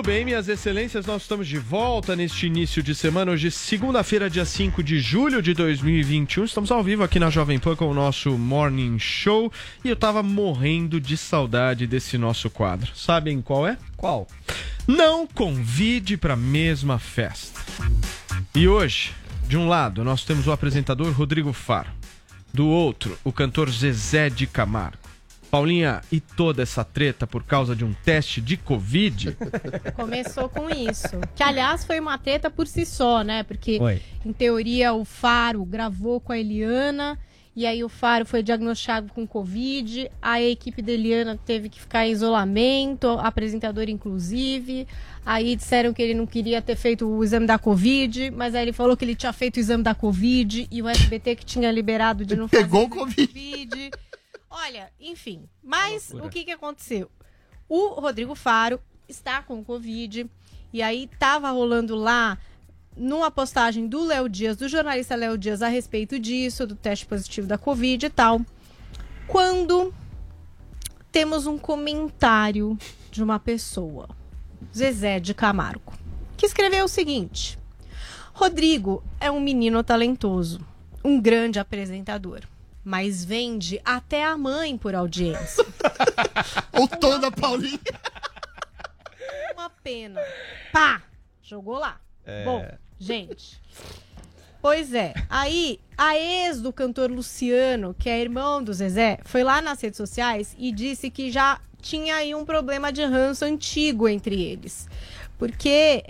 bem, minhas excelências, nós estamos de volta neste início de semana, hoje segunda-feira, dia 5 de julho de 2021, estamos ao vivo aqui na Jovem Pan com o nosso Morning Show e eu tava morrendo de saudade desse nosso quadro. Sabem qual é? Qual? Não convide pra mesma festa. E hoje, de um lado, nós temos o apresentador Rodrigo Faro, do outro, o cantor Zezé de Camargo. Paulinha, e toda essa treta por causa de um teste de Covid? Começou com isso. Que, aliás, foi uma treta por si só, né? Porque, em teoria, o Faro gravou com a Eliana, e aí o Faro foi diagnosticado com Covid, a equipe da Eliana teve que ficar em isolamento, apresentador inclusive, aí disseram que ele não queria ter feito o exame da Covid, mas aí ele falou que ele tinha feito o exame da Covid, e o SBT que tinha liberado de não fazer pegou o Covid. Olha, enfim, mas o que aconteceu? O Rodrigo Faro está com Covid, e aí tava rolando lá, numa postagem do Léo Dias, do jornalista Léo Dias, a respeito disso, do teste positivo da Covid e tal, quando temos um comentário de uma pessoa, Zezé de Camargo, que escreveu o seguinte: Rodrigo é um menino talentoso, um grande apresentador, mas vende até a mãe por audiência. O tom da Paulinha. Uma pena. Pá! Jogou lá. Bom, gente. Pois é. Aí, a ex do cantor Luciano, que é irmão do Zezé, foi lá nas redes sociais e disse que já tinha aí um problema de ranço antigo entre eles. Porque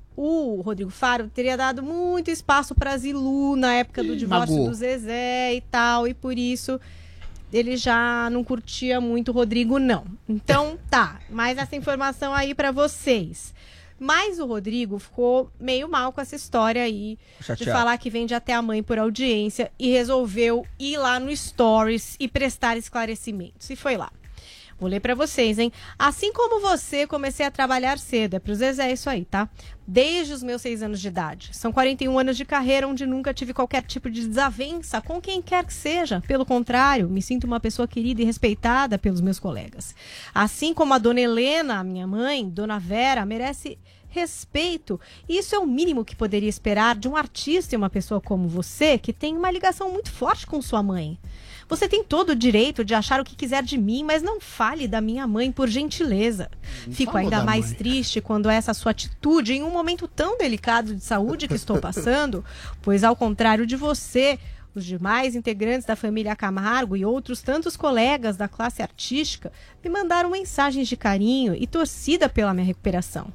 o Rodrigo Faro teria dado muito espaço para Zilu na época do divórcio do Zezé e tal, e por isso ele já não curtia muito o Rodrigo, não. Então, tá, mas essa informação aí para vocês. Mas o Rodrigo ficou meio mal com essa história aí, de falar que vende até a mãe por audiência, e resolveu ir lá no Stories e prestar esclarecimentos. E foi lá. Vou ler pra vocês, hein? Assim como você, comecei a trabalhar cedo. É pro Zezé isso aí, tá? Desde os meus 6 anos de idade. São 41 anos de carreira onde nunca tive qualquer tipo de desavença com quem quer que seja. Pelo contrário, me sinto uma pessoa querida e respeitada pelos meus colegas. Assim como a dona Helena, minha mãe, dona Vera, merece respeito. E isso é o mínimo que poderia esperar de um artista e uma pessoa como você, que tem uma ligação muito forte com sua mãe. Você tem todo o direito de achar o que quiser de mim, mas não fale da minha mãe, por gentileza. Fico ainda mais triste quando essa sua atitude, em um momento tão delicado de saúde que estou passando, pois ao contrário de você, os demais integrantes da família Camargo e outros tantos colegas da classe artística me mandaram mensagens de carinho e torcida pela minha recuperação.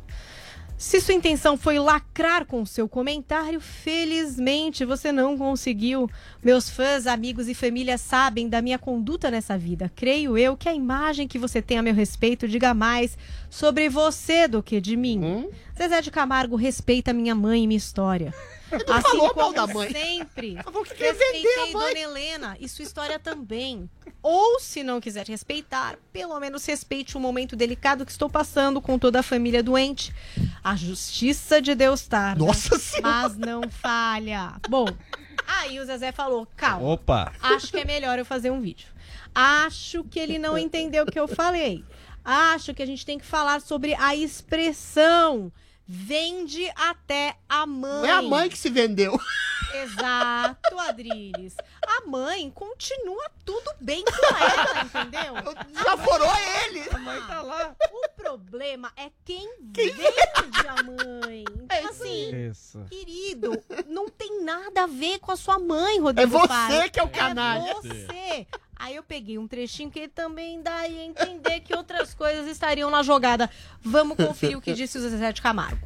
Se sua intenção foi lacrar com o seu comentário, felizmente você não conseguiu. Meus fãs, amigos e família sabem da minha conduta nessa vida. Creio eu que a imagem que você tem a meu respeito diga mais sobre você do que de mim. Zezé de Camargo respeita minha mãe e minha história. Assim como sempre, respeitei Dona Helena e sua história também. Ou, se não quiser respeitar, pelo menos respeite o momento delicado que estou passando com toda a família doente. A justiça de Deus tarda, mas não falha. Bom, aí o Zezé falou, calma, acho que é melhor eu fazer um vídeo. Acho que ele não entendeu o que eu falei. Acho que a gente tem que falar sobre a expressão vende até a mãe. Não é a mãe que se vendeu. Exato, Adriles. A mãe continua tudo bem com ela, entendeu? Já forou ele. A mãe tá lá. O problema é quem vende a mãe. Então, assim, querido, não tem nada a ver com a sua mãe, Rodrigo. É você que é o canalha. É você. Aí eu peguei um trechinho que ele também dá a entender que outras coisas estariam na jogada. Vamos conferir o que disse o Zezé de Camargo.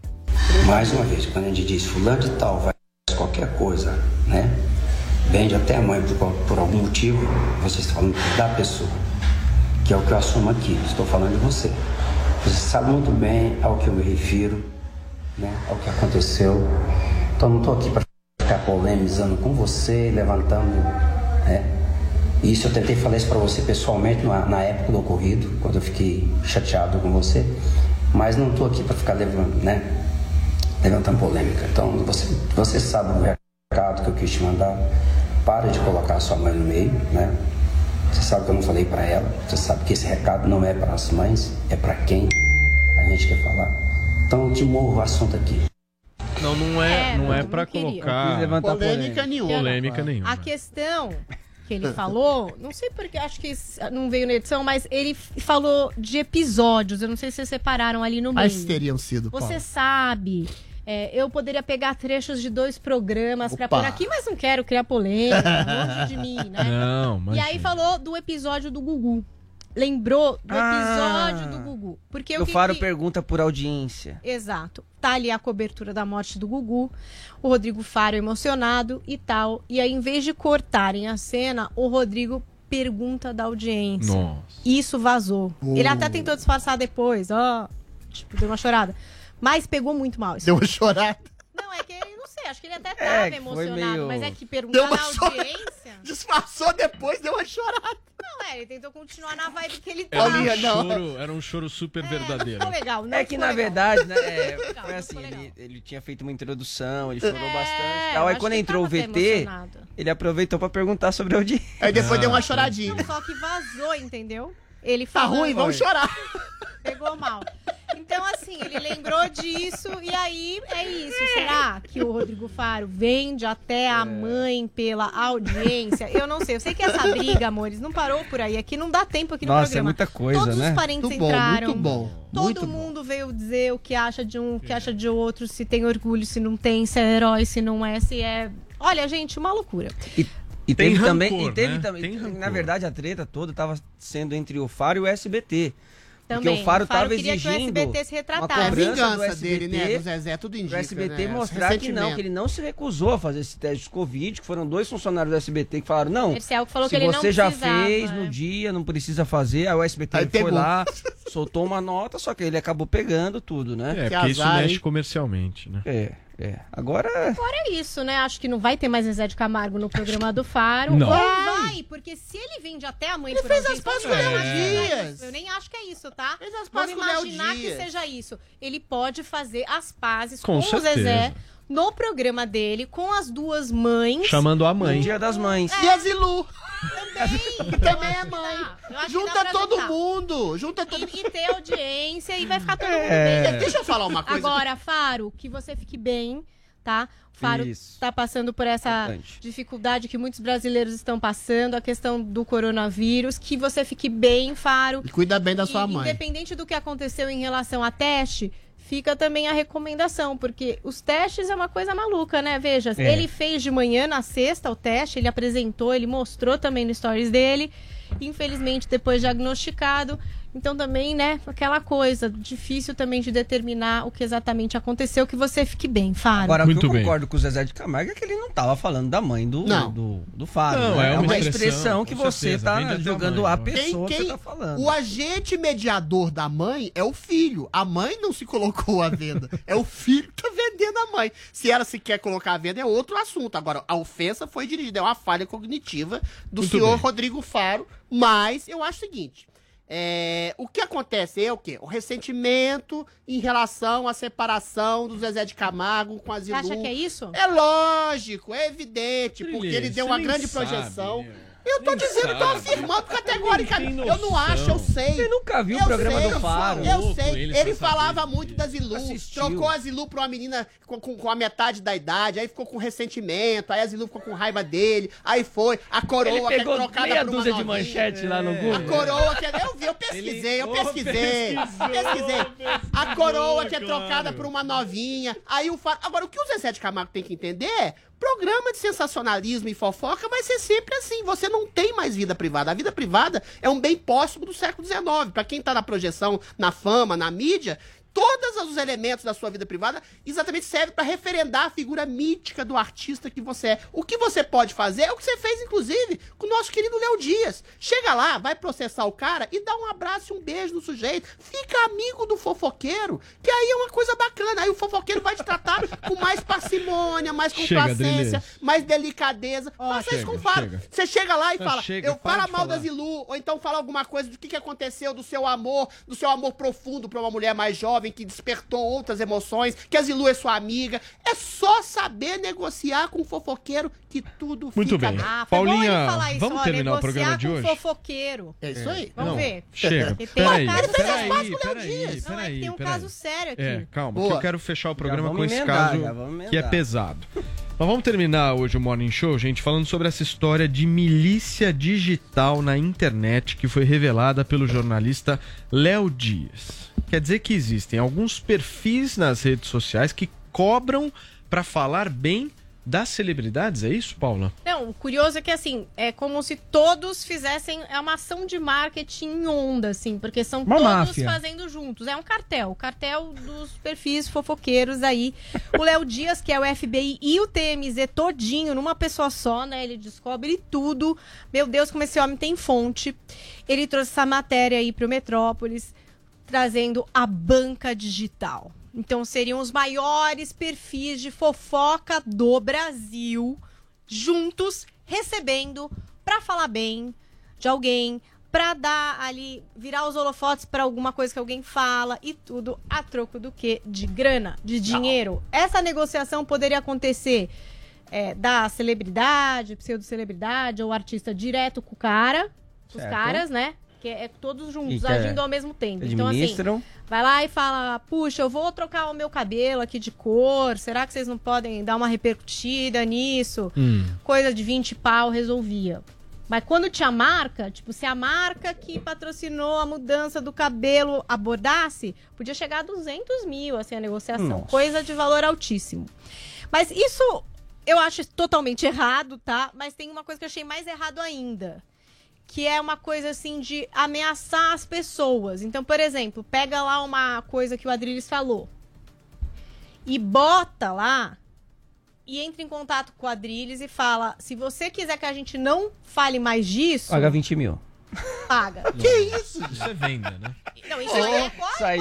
Mais uma vez, quando a gente diz fulano de tal vai qualquer coisa, né? Vende até a mãe por algum motivo, você está falando da pessoa, que é o que eu assumo aqui. Estou falando de você. Você sabe muito bem ao que eu me refiro, né? Ao que aconteceu. Então não estou aqui para ficar polemizando com você, levantando, né? Isso eu tentei falar isso para você pessoalmente na época do ocorrido, quando eu fiquei chateado com você, mas não estou aqui para ficar levantando polêmica. Então você sabe o recado que eu quis te mandar. Para de colocar a sua mãe no meio, né? Você sabe que eu não falei para ela. Você sabe que esse recado não é para as mães, é para quem a gente quer falar. Então eu te morro o assunto aqui. Não é pra colocar polêmica nenhuma. Polêmica nenhuma. A questão que ele falou, não sei porque, acho que não veio na edição, mas ele falou de episódios. Eu não sei se vocês separaram ali no meio. Quais teriam sido, Paulo? Você sabe, eu poderia pegar trechos de 2 programas pra pôr aqui, mas não quero criar polêmica, longe de mim, né? Não, mas... E aí falou do episódio do Gugu. Lembrou do episódio do Gugu. Porque o Faro pergunta por audiência. Exato. Tá ali a cobertura da morte do Gugu, o Rodrigo Faro emocionado e tal. E aí, em vez de cortarem a cena, o Rodrigo pergunta da audiência. Nossa. Isso vazou. Ele até tentou disfarçar depois, tipo, deu uma chorada. Mas pegou muito mal. Deu uma chorada? Não, é que ele, não sei, acho que ele até tava emocionado, mas é que perguntar Deu uma na audiência... Disfarçou depois, deu uma chorada. Não, ele tentou continuar na vibe que ele Era tava. Era um choro super verdadeiro. Não ficou legal, não É que ficou na legal. verdade, né, Legal, foi não assim, ficou ele tinha feito uma introdução, ele chorou bastante. eu Tal. Aí acho quando que entrou o tava até VT, emocionado. ele aproveitou pra perguntar sobre a audiência. Aí depois deu uma choradinha. Não, só que vazou, entendeu? Ele Tá falou, ruim, vamos chorar. Pegou mal. Então, assim, ele lembrou disso e aí é isso. Será que o Rodrigo Faro vende até a mãe pela audiência? Eu não sei. Eu sei que essa briga, amores, não parou por aí. Aqui não dá tempo aqui no Nossa, programa. é muita coisa, Todos né? os parentes Muito bom, entraram. muito bom. Todo Muito mundo veio dizer o que acha de um, o que acha de outro, se tem orgulho, se não tem, se é herói, se não é, se é... Olha, gente, uma loucura. E Tem teve rancor, também, né? Tem rancor. na verdade, a treta toda estava sendo entre o Faro e o SBT. Porque Também, o Faro estava queria que o exigindo SBT se uma retratasse. É cobrança vingança do SBT, dele, né? Do Zezé, tudo indica, o SBT né? mostrar Ressentimento. que ele não se recusou a fazer esse teste de Covid, que foram 2 funcionários do SBT que falaram, não, Marcel que falou se que ele você não já precisava, fez no dia, não precisa fazer, aí o SBT Aí foi pegou. lá, soltou uma nota, só que ele acabou pegando tudo, né? É, porque isso mexe comercialmente, né? Agora é isso, né? Acho que não vai ter mais Zezé de Camargo no programa do Faro. Não. Ou vai, porque se ele vende até a mãe Ele por fez audiência, as pazes eu com o nem Léo acho que é Dias. isso. Eu nem acho que é isso, tá? Fez as Vamos pazes com o Léo imaginar que Dias. seja isso. Ele pode fazer as pazes Com com o certeza. Zezé no programa dele, com as 2 mães. Chamando a mãe. no Dia das Mães. E a Zilu, Também. que também é mãe. Eu acho que Junta dá pra todo juntar. mundo. Junta todo E ter audiência e vai ficar todo mundo bem. Deixa eu falar uma coisa. Agora, Faro, que você fique bem, tá? O Faro Isso. tá passando por essa Importante. dificuldade que muitos brasileiros estão passando, a questão do coronavírus. Que você fique bem, Faro. E cuida bem da sua mãe. Independente do que aconteceu em relação a teste, fica também a recomendação, porque os testes é uma coisa maluca, né? Veja, ele fez de manhã, na sexta, o teste, ele apresentou, ele mostrou também no stories dele. Infelizmente, depois diagnosticado. Então também, né, aquela coisa, difícil também de determinar o que exatamente aconteceu, que você fique bem, Faro. Agora, Muito o que eu bem. concordo com o Zezé de Camargo é que ele não tava falando da mãe do Faro. Não, né? é uma expressão que com você certeza, tá vem da tua julgando mãe, a né? pessoa que você tá falando. O agente mediador da mãe é o filho. A mãe não se colocou à venda. É o filho que tá vendendo a mãe. Se ela se quer colocar à venda, é outro assunto. Agora, a ofensa foi dirigida. É uma falha cognitiva do Muito senhor bem. Rodrigo Faro. Mas eu acho o seguinte. O que acontece é o quê? O ressentimento em relação à separação do Zezé de Camargo com a Você Zilu. acha que é isso? É lógico, é evidente, porque ele deu uma você grande nem sabe, projeção. né? Eu tô Nem dizendo, tô sabe. afirmando categoricamente. Tem Eu não noção. acho, eu sei. Você nunca viu Eu o programa sei, do Faro? Eu Louco sei. ele Ele pra falava saber muito disso. da Zilu, Assistiu. trocou a Zilu pra uma menina com a metade da idade, aí ficou com ressentimento, aí a Zilu ficou com raiva dele, aí foi, a coroa Ele que é pegou trocada meia por uma dúzia de novinha. manchete lá no A Google. coroa que é... Eu vi, eu pesquisei. A coroa que é trocada por uma novinha. Aí o Faro... Agora, o que o Zezé de Camargo tem que entender é... Programa de sensacionalismo e fofoca vai ser sempre assim. Você não tem mais vida privada. A vida privada é um bem póstumo do século XIX. Pra quem tá na projeção, na fama, na mídia... Todos os elementos da sua vida privada exatamente servem para referendar a figura mítica do artista que você é. O que você pode fazer é o que você fez, inclusive, com o nosso querido Léo Dias. Chega lá, vai processar o cara e dá um abraço e um beijo no sujeito. Fica amigo do fofoqueiro, que aí é uma coisa bacana. Aí o fofoqueiro vai te tratar com mais parcimônia, mais complacência, mais delicadeza. Faça isso com o Faro. Você chega lá e fala, fala mal da Zilu, ou então fala alguma coisa do que aconteceu, do seu amor profundo para uma mulher mais jovem, jovem que despertou outras emoções, que a Zilu é sua amiga. É só saber negociar com o fofoqueiro que tudo Muito fica bem. bem. Ah, Paulinha, falar isso, vamos terminar o programa de hoje? Fofoqueiro. É isso aí. Vamos ver. Chega. E tem um caso Peraí. Não, é que tem um caso sério aqui. Calma, Boa. que eu quero fechar o programa vamos com esse emendar, caso já vamos emendar. que é pesado. Mas vamos terminar hoje o Morning Show, gente, falando sobre essa história de milícia digital na internet que foi revelada pelo jornalista Léo Dias. Quer dizer que existem alguns perfis nas redes sociais que cobram para falar bem das celebridades, é isso, Paula? Não, o curioso é que, assim, é como se todos fizessem uma ação de marketing em onda, assim, porque são Uma todos máfia. fazendo juntos. É um cartel, o cartel dos perfis fofoqueiros aí. O Léo Dias, que é o FBI e o TMZ todinho numa pessoa só, né? Ele descobre tudo. Meu Deus, como esse homem tem fonte. Ele trouxe essa matéria aí pro Metrópolis, trazendo a banca digital. Então, seriam os maiores perfis de fofoca do Brasil, juntos, recebendo pra falar bem de alguém, pra dar ali, virar os holofotes pra alguma coisa que alguém fala, e tudo a troco do quê? De grana, de dinheiro. Essa negociação poderia acontecer da celebridade, pseudo-celebridade, ou artista direto com o cara, os Certo. caras, né? Que é todos juntos, E que agindo ao mesmo tempo. Então, assim, administram. vai lá e fala, puxa, eu vou trocar o meu cabelo aqui de cor, será que vocês não podem dar uma repercutida nisso? Coisa de 20 pau resolvia. Mas quando tinha marca, tipo, se a marca que patrocinou a mudança do cabelo abordasse, podia chegar a 200 mil, assim, a negociação. Nossa. Coisa de valor altíssimo. Mas isso eu acho totalmente errado, tá? Mas tem uma coisa que eu achei mais errado ainda, que é uma coisa, assim, de ameaçar as pessoas. Então, por exemplo, pega lá uma coisa que o Adriles falou e bota lá e entra em contato com o Adriles e fala, se você quiser que a gente não fale mais disso, Paga 20 mil. paga. Que isso? Isso é venda, né? Não, isso aí é quase. Isso aí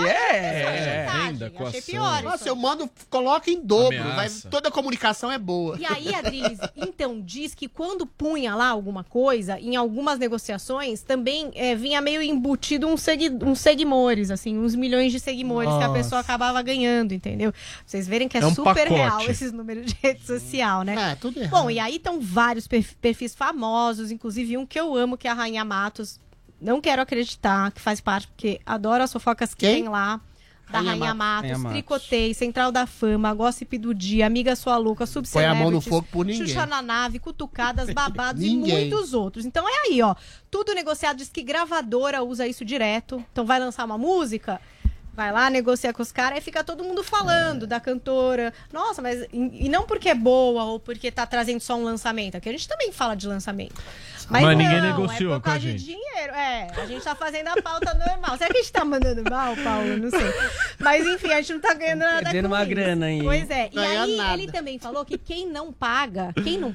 é venda, Achei coação. pior. Nossa, eu mando, coloca em dobro. Ameaça. Toda a comunicação é boa. E aí, Adriles, então, diz que quando punha lá alguma coisa, em algumas negociações, também vinha meio embutido uns seguimores, assim, uns milhões de seguimores que a pessoa acabava ganhando, entendeu? Vocês verem que é um super pacote. real esses números de rede social, né? É, tudo errado. Bom, e aí estão vários perfis famosos, inclusive um que eu amo, que é a Rainha Matos. Não quero acreditar que faz parte, porque adoro as fofocas que Quem? tem lá. Da Rainha Matos, Rainha Matos. Tricotei, Central da Fama, Gossip do Dia, Amiga Sua Louca, Põe a Subcelebrities, mão no fogo por ninguém. Xuxa na Nave, Cutucadas, Babados e Ninguém. muitos outros. Então é aí, ó. Tudo negociado, diz que gravadora usa isso direto. Então vai lançar uma música, vai lá, negocia com os caras, aí fica todo mundo falando da cantora. Nossa, mas... E não porque é boa ou porque tá trazendo só um lançamento. Aqui a gente também fala de lançamento. Mas não, ninguém negociou é por com a causa de gente. dinheiro. A gente tá fazendo a pauta normal. Será que a gente tá mandando mal, Paulo? Não sei. Mas enfim, a gente não tá ganhando nada Perdendo com uma isso. grana aí. Pois é. E Ganha aí nada. ele também falou que quem não paga,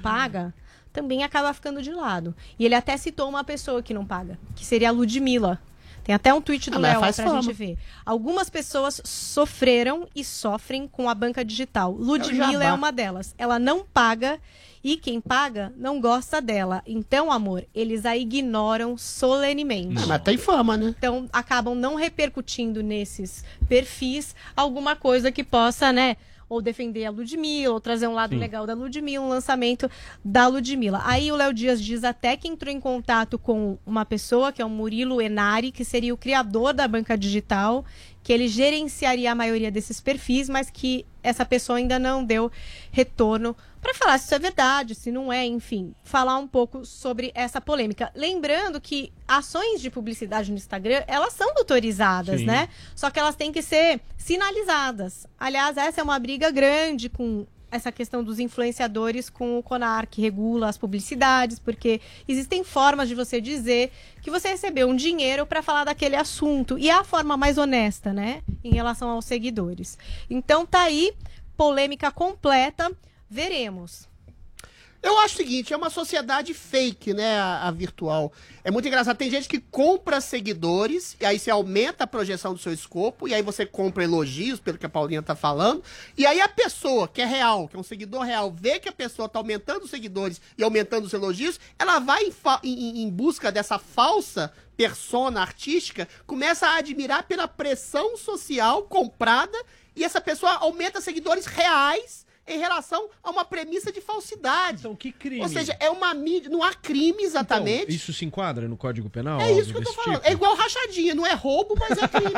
também acaba ficando de lado. E ele até citou uma pessoa que não paga, que seria a Ludmilla. Tem até um tweet do mas Léo pra faz fama. gente ver. Algumas pessoas sofreram e sofrem com a banca digital. Ludmilla jabá. é uma delas. Ela não paga e quem paga não gosta dela. Então, amor, eles a ignoram solenemente. Mas tem fama, né? Então, acabam não repercutindo nesses perfis alguma coisa que possa, né? Ou defender a Ludmilla, ou trazer um lado legal da Ludmilla, um lançamento da Ludmilla. Aí o Léo Dias diz até que entrou em contato com uma pessoa, que é o Murilo Enari, que seria o criador da banca digital, que ele gerenciaria a maioria desses perfis, mas que essa pessoa ainda não deu retorno para falar se isso é verdade, se não é, enfim, falar um pouco sobre essa polêmica. Lembrando que ações de publicidade no Instagram, elas são autorizadas, Sim. né? Só que elas têm que ser sinalizadas. Aliás, essa é uma briga grande com essa questão dos influenciadores com o CONAR, que regula as publicidades, porque existem formas de você dizer que você recebeu um dinheiro para falar daquele assunto. E é a forma mais honesta, né? Em relação aos seguidores. Então tá aí, polêmica completa. Veremos. Eu acho o seguinte, é uma sociedade fake, né, a virtual. É muito engraçado, tem gente que compra seguidores, e aí você aumenta a projeção do seu escopo, e aí você compra elogios, pelo que a Paulinha tá falando, e aí a pessoa que é real, que é um seguidor real, vê que a pessoa tá aumentando os seguidores e aumentando os elogios, ela vai em busca dessa falsa persona artística, começa a admirar pela pressão social comprada e essa pessoa aumenta seguidores reais em relação a uma premissa de falsidade. Então, que crime? Ou seja, é uma mídia, não há crime exatamente. Então, isso se enquadra no Código Penal? É isso que eu tô falando. É igual rachadinha, não é roubo, mas é crime.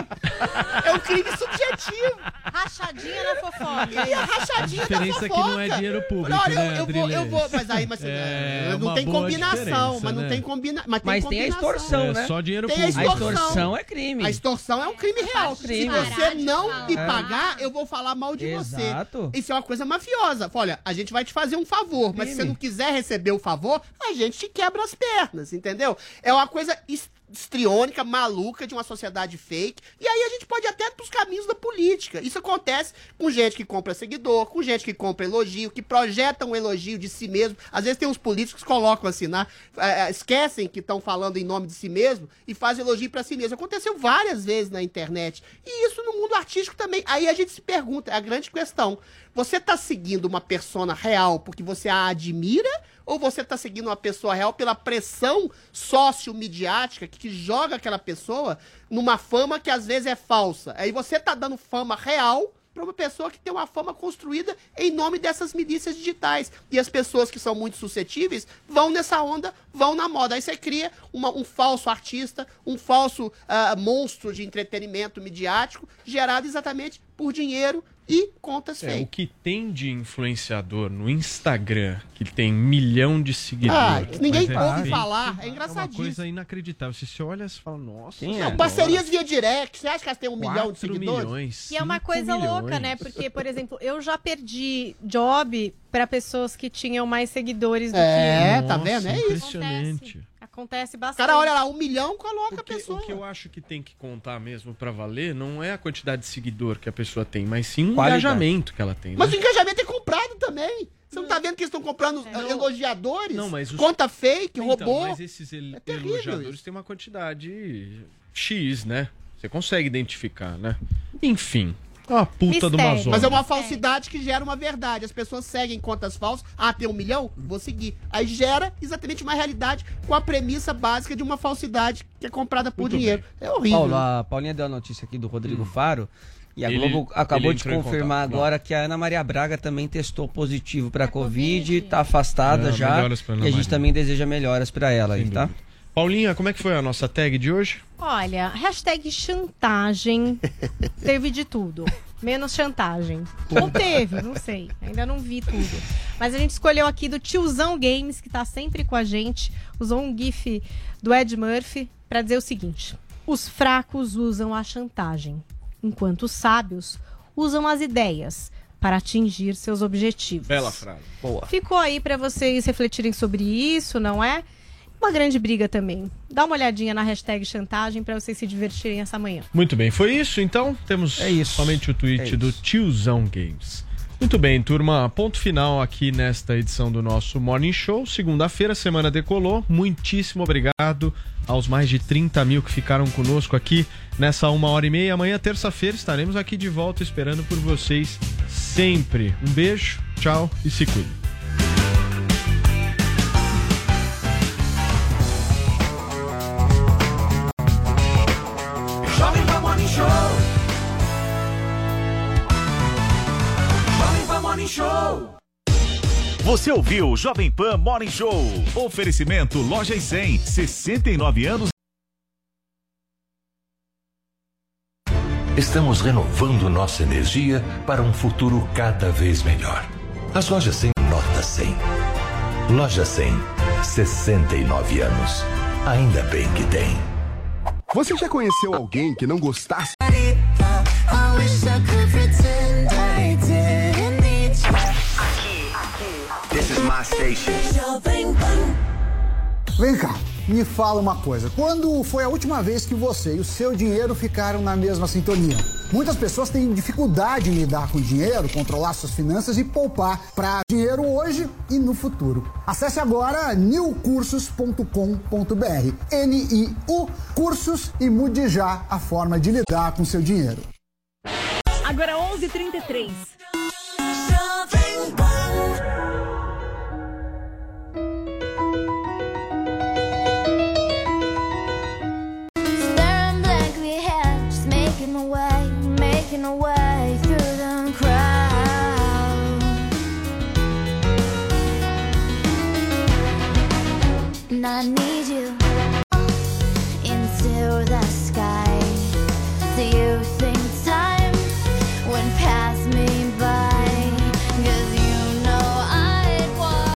É um crime subjetivo. Rachadinha na fofoca. E a rachadinha A diferença é que não é dinheiro público, Olha, né, eu vou, mas aí não uma tem boa combinação, diferença, mas não né? tem combinação. Mas tem a extorsão, né? É só dinheiro Tem público. a extorsão é crime. A extorsão é um crime real. crime. Se você não me falar. pagar, eu vou falar mal de Exato. você. Isso é uma coisa mafiosa. Olha, a gente vai te fazer um favor, mas se você não quiser receber o favor, a gente te quebra as pernas, entendeu? É uma coisa histriônica, maluca de uma sociedade fake. E aí a gente pode até ir pros caminhos da política. Isso acontece com gente que compra seguidor, com gente que compra elogio, que projeta um elogio de si mesmo. Às vezes tem uns políticos que colocam assim, esquecem que estão falando em nome de si mesmo e fazem elogio pra si mesmo. Aconteceu várias vezes na internet. E isso no mundo artístico também. Aí a gente se pergunta, é a grande questão. Você tá seguindo uma persona real porque você a admira? Ou você está seguindo uma pessoa real pela pressão sócio-midiática que joga aquela pessoa numa fama que às vezes é falsa? Aí você está dando fama real para uma pessoa que tem uma fama construída em nome dessas milícias digitais. E as pessoas que são muito suscetíveis vão nessa onda, vão na moda. Aí você cria um falso artista, um falso monstro de entretenimento midiático, gerado exatamente por dinheiro e contas fake. O que tem de influenciador no Instagram, que tem 1 milhão de seguidores. Que ninguém mas ouve fake, falar, é É engraçadíssimo. uma coisa inacreditável. Você olha e fala, nossa. Não, parcerias via direct, você acha que elas têm 1 milhão de 4 seguidores? milhões, E é uma 5 coisa louca, milhões. né? Porque, por exemplo, eu já perdi job pra pessoas que tinham mais seguidores do que eu. Tá vendo? É isso. Impressionante. Acontece bastante. O cara olha lá, 1 milhão, coloca a pessoa. O que eu acho que tem que contar mesmo pra valer não é a quantidade de seguidor que a pessoa tem, mas sim o Qualidade. engajamento que ela tem. Mas né? o engajamento é comprado também. Você não tá vendo que eles estão comprando elogiadores? Não, mas Conta fake, Então, robô. mas esses terrível elogiadores isso. têm uma quantidade X, né? Você consegue identificar, né? Enfim, uma puta de uma zona. Mas é uma falsidade que gera uma verdade. As pessoas seguem contas falsas. Ah, tem 1 milhão? Vou seguir. Aí gera exatamente uma realidade com a premissa básica de uma falsidade que é comprada por dinheiro. É horrível. Paulo, a Paulinha deu a notícia aqui do Rodrigo Faro. E a Ele- Globo acabou ele de entrou em confirmar contato. agora que a Ana Maria Braga também testou positivo para Covid, tá afastada já. melhoras pra Ana E a gente Maria. também deseja melhoras para ela aí, tá? Paulinha, como é que foi a nossa tag de hoje? Olha, hashtag chantagem teve de tudo. Menos chantagem. Ou teve, não sei. Ainda não vi tudo. Mas a gente escolheu aqui do Tiozão Games, que tá sempre com a gente. Usou um gif do Ed Murphy pra dizer o seguinte: os fracos usam a chantagem, enquanto os sábios usam as ideias para atingir seus objetivos. Bela frase. Boa. Ficou aí pra vocês refletirem sobre isso, não é? Uma grande briga também. Dá uma olhadinha na hashtag chantagem pra vocês se divertirem essa manhã. Muito bem, foi isso então? Temos somente o tweet do Tiozão Games. Muito bem, turma, ponto final aqui nesta edição do nosso Morning Show. Segunda-feira, semana decolou. Muitíssimo obrigado aos mais de 30 mil que ficaram conosco aqui nessa 1h30. Amanhã, terça-feira, estaremos aqui de volta esperando por vocês sempre. Um beijo, tchau e se cuide. Jovem Pan Morning Show. Jovem Pan Morning Show. Você ouviu o Jovem Pan Morning Show. Oferecimento Loja e 100, 69 anos. Estamos renovando nossa energia para um futuro cada vez melhor. As lojas 100, nota 100. Loja 100, 69 anos. Ainda bem que tem. Você já conheceu alguém que não gostasse? This is my station. Vem cá, me fala uma coisa. Quando foi a última vez que você e o seu dinheiro ficaram na mesma sintonia? Muitas pessoas têm dificuldade em lidar com dinheiro, controlar suas finanças e poupar para dinheiro hoje e no futuro. Acesse agora niucursos.com.br, N-I-U Cursos, e mude já a forma de lidar com seu dinheiro. Agora 11h33. making a way through the crowd. And I need you into the sky. Do you think time would pass me by? 'Cause you know I'd walk.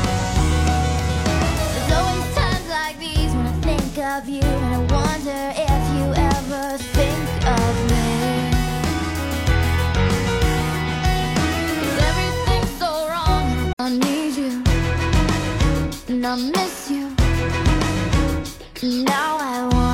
There's always times like these when I think of you, and I wonder if you ever think of me. 'Cause everything's so wrong. I need you and I miss you. Now I want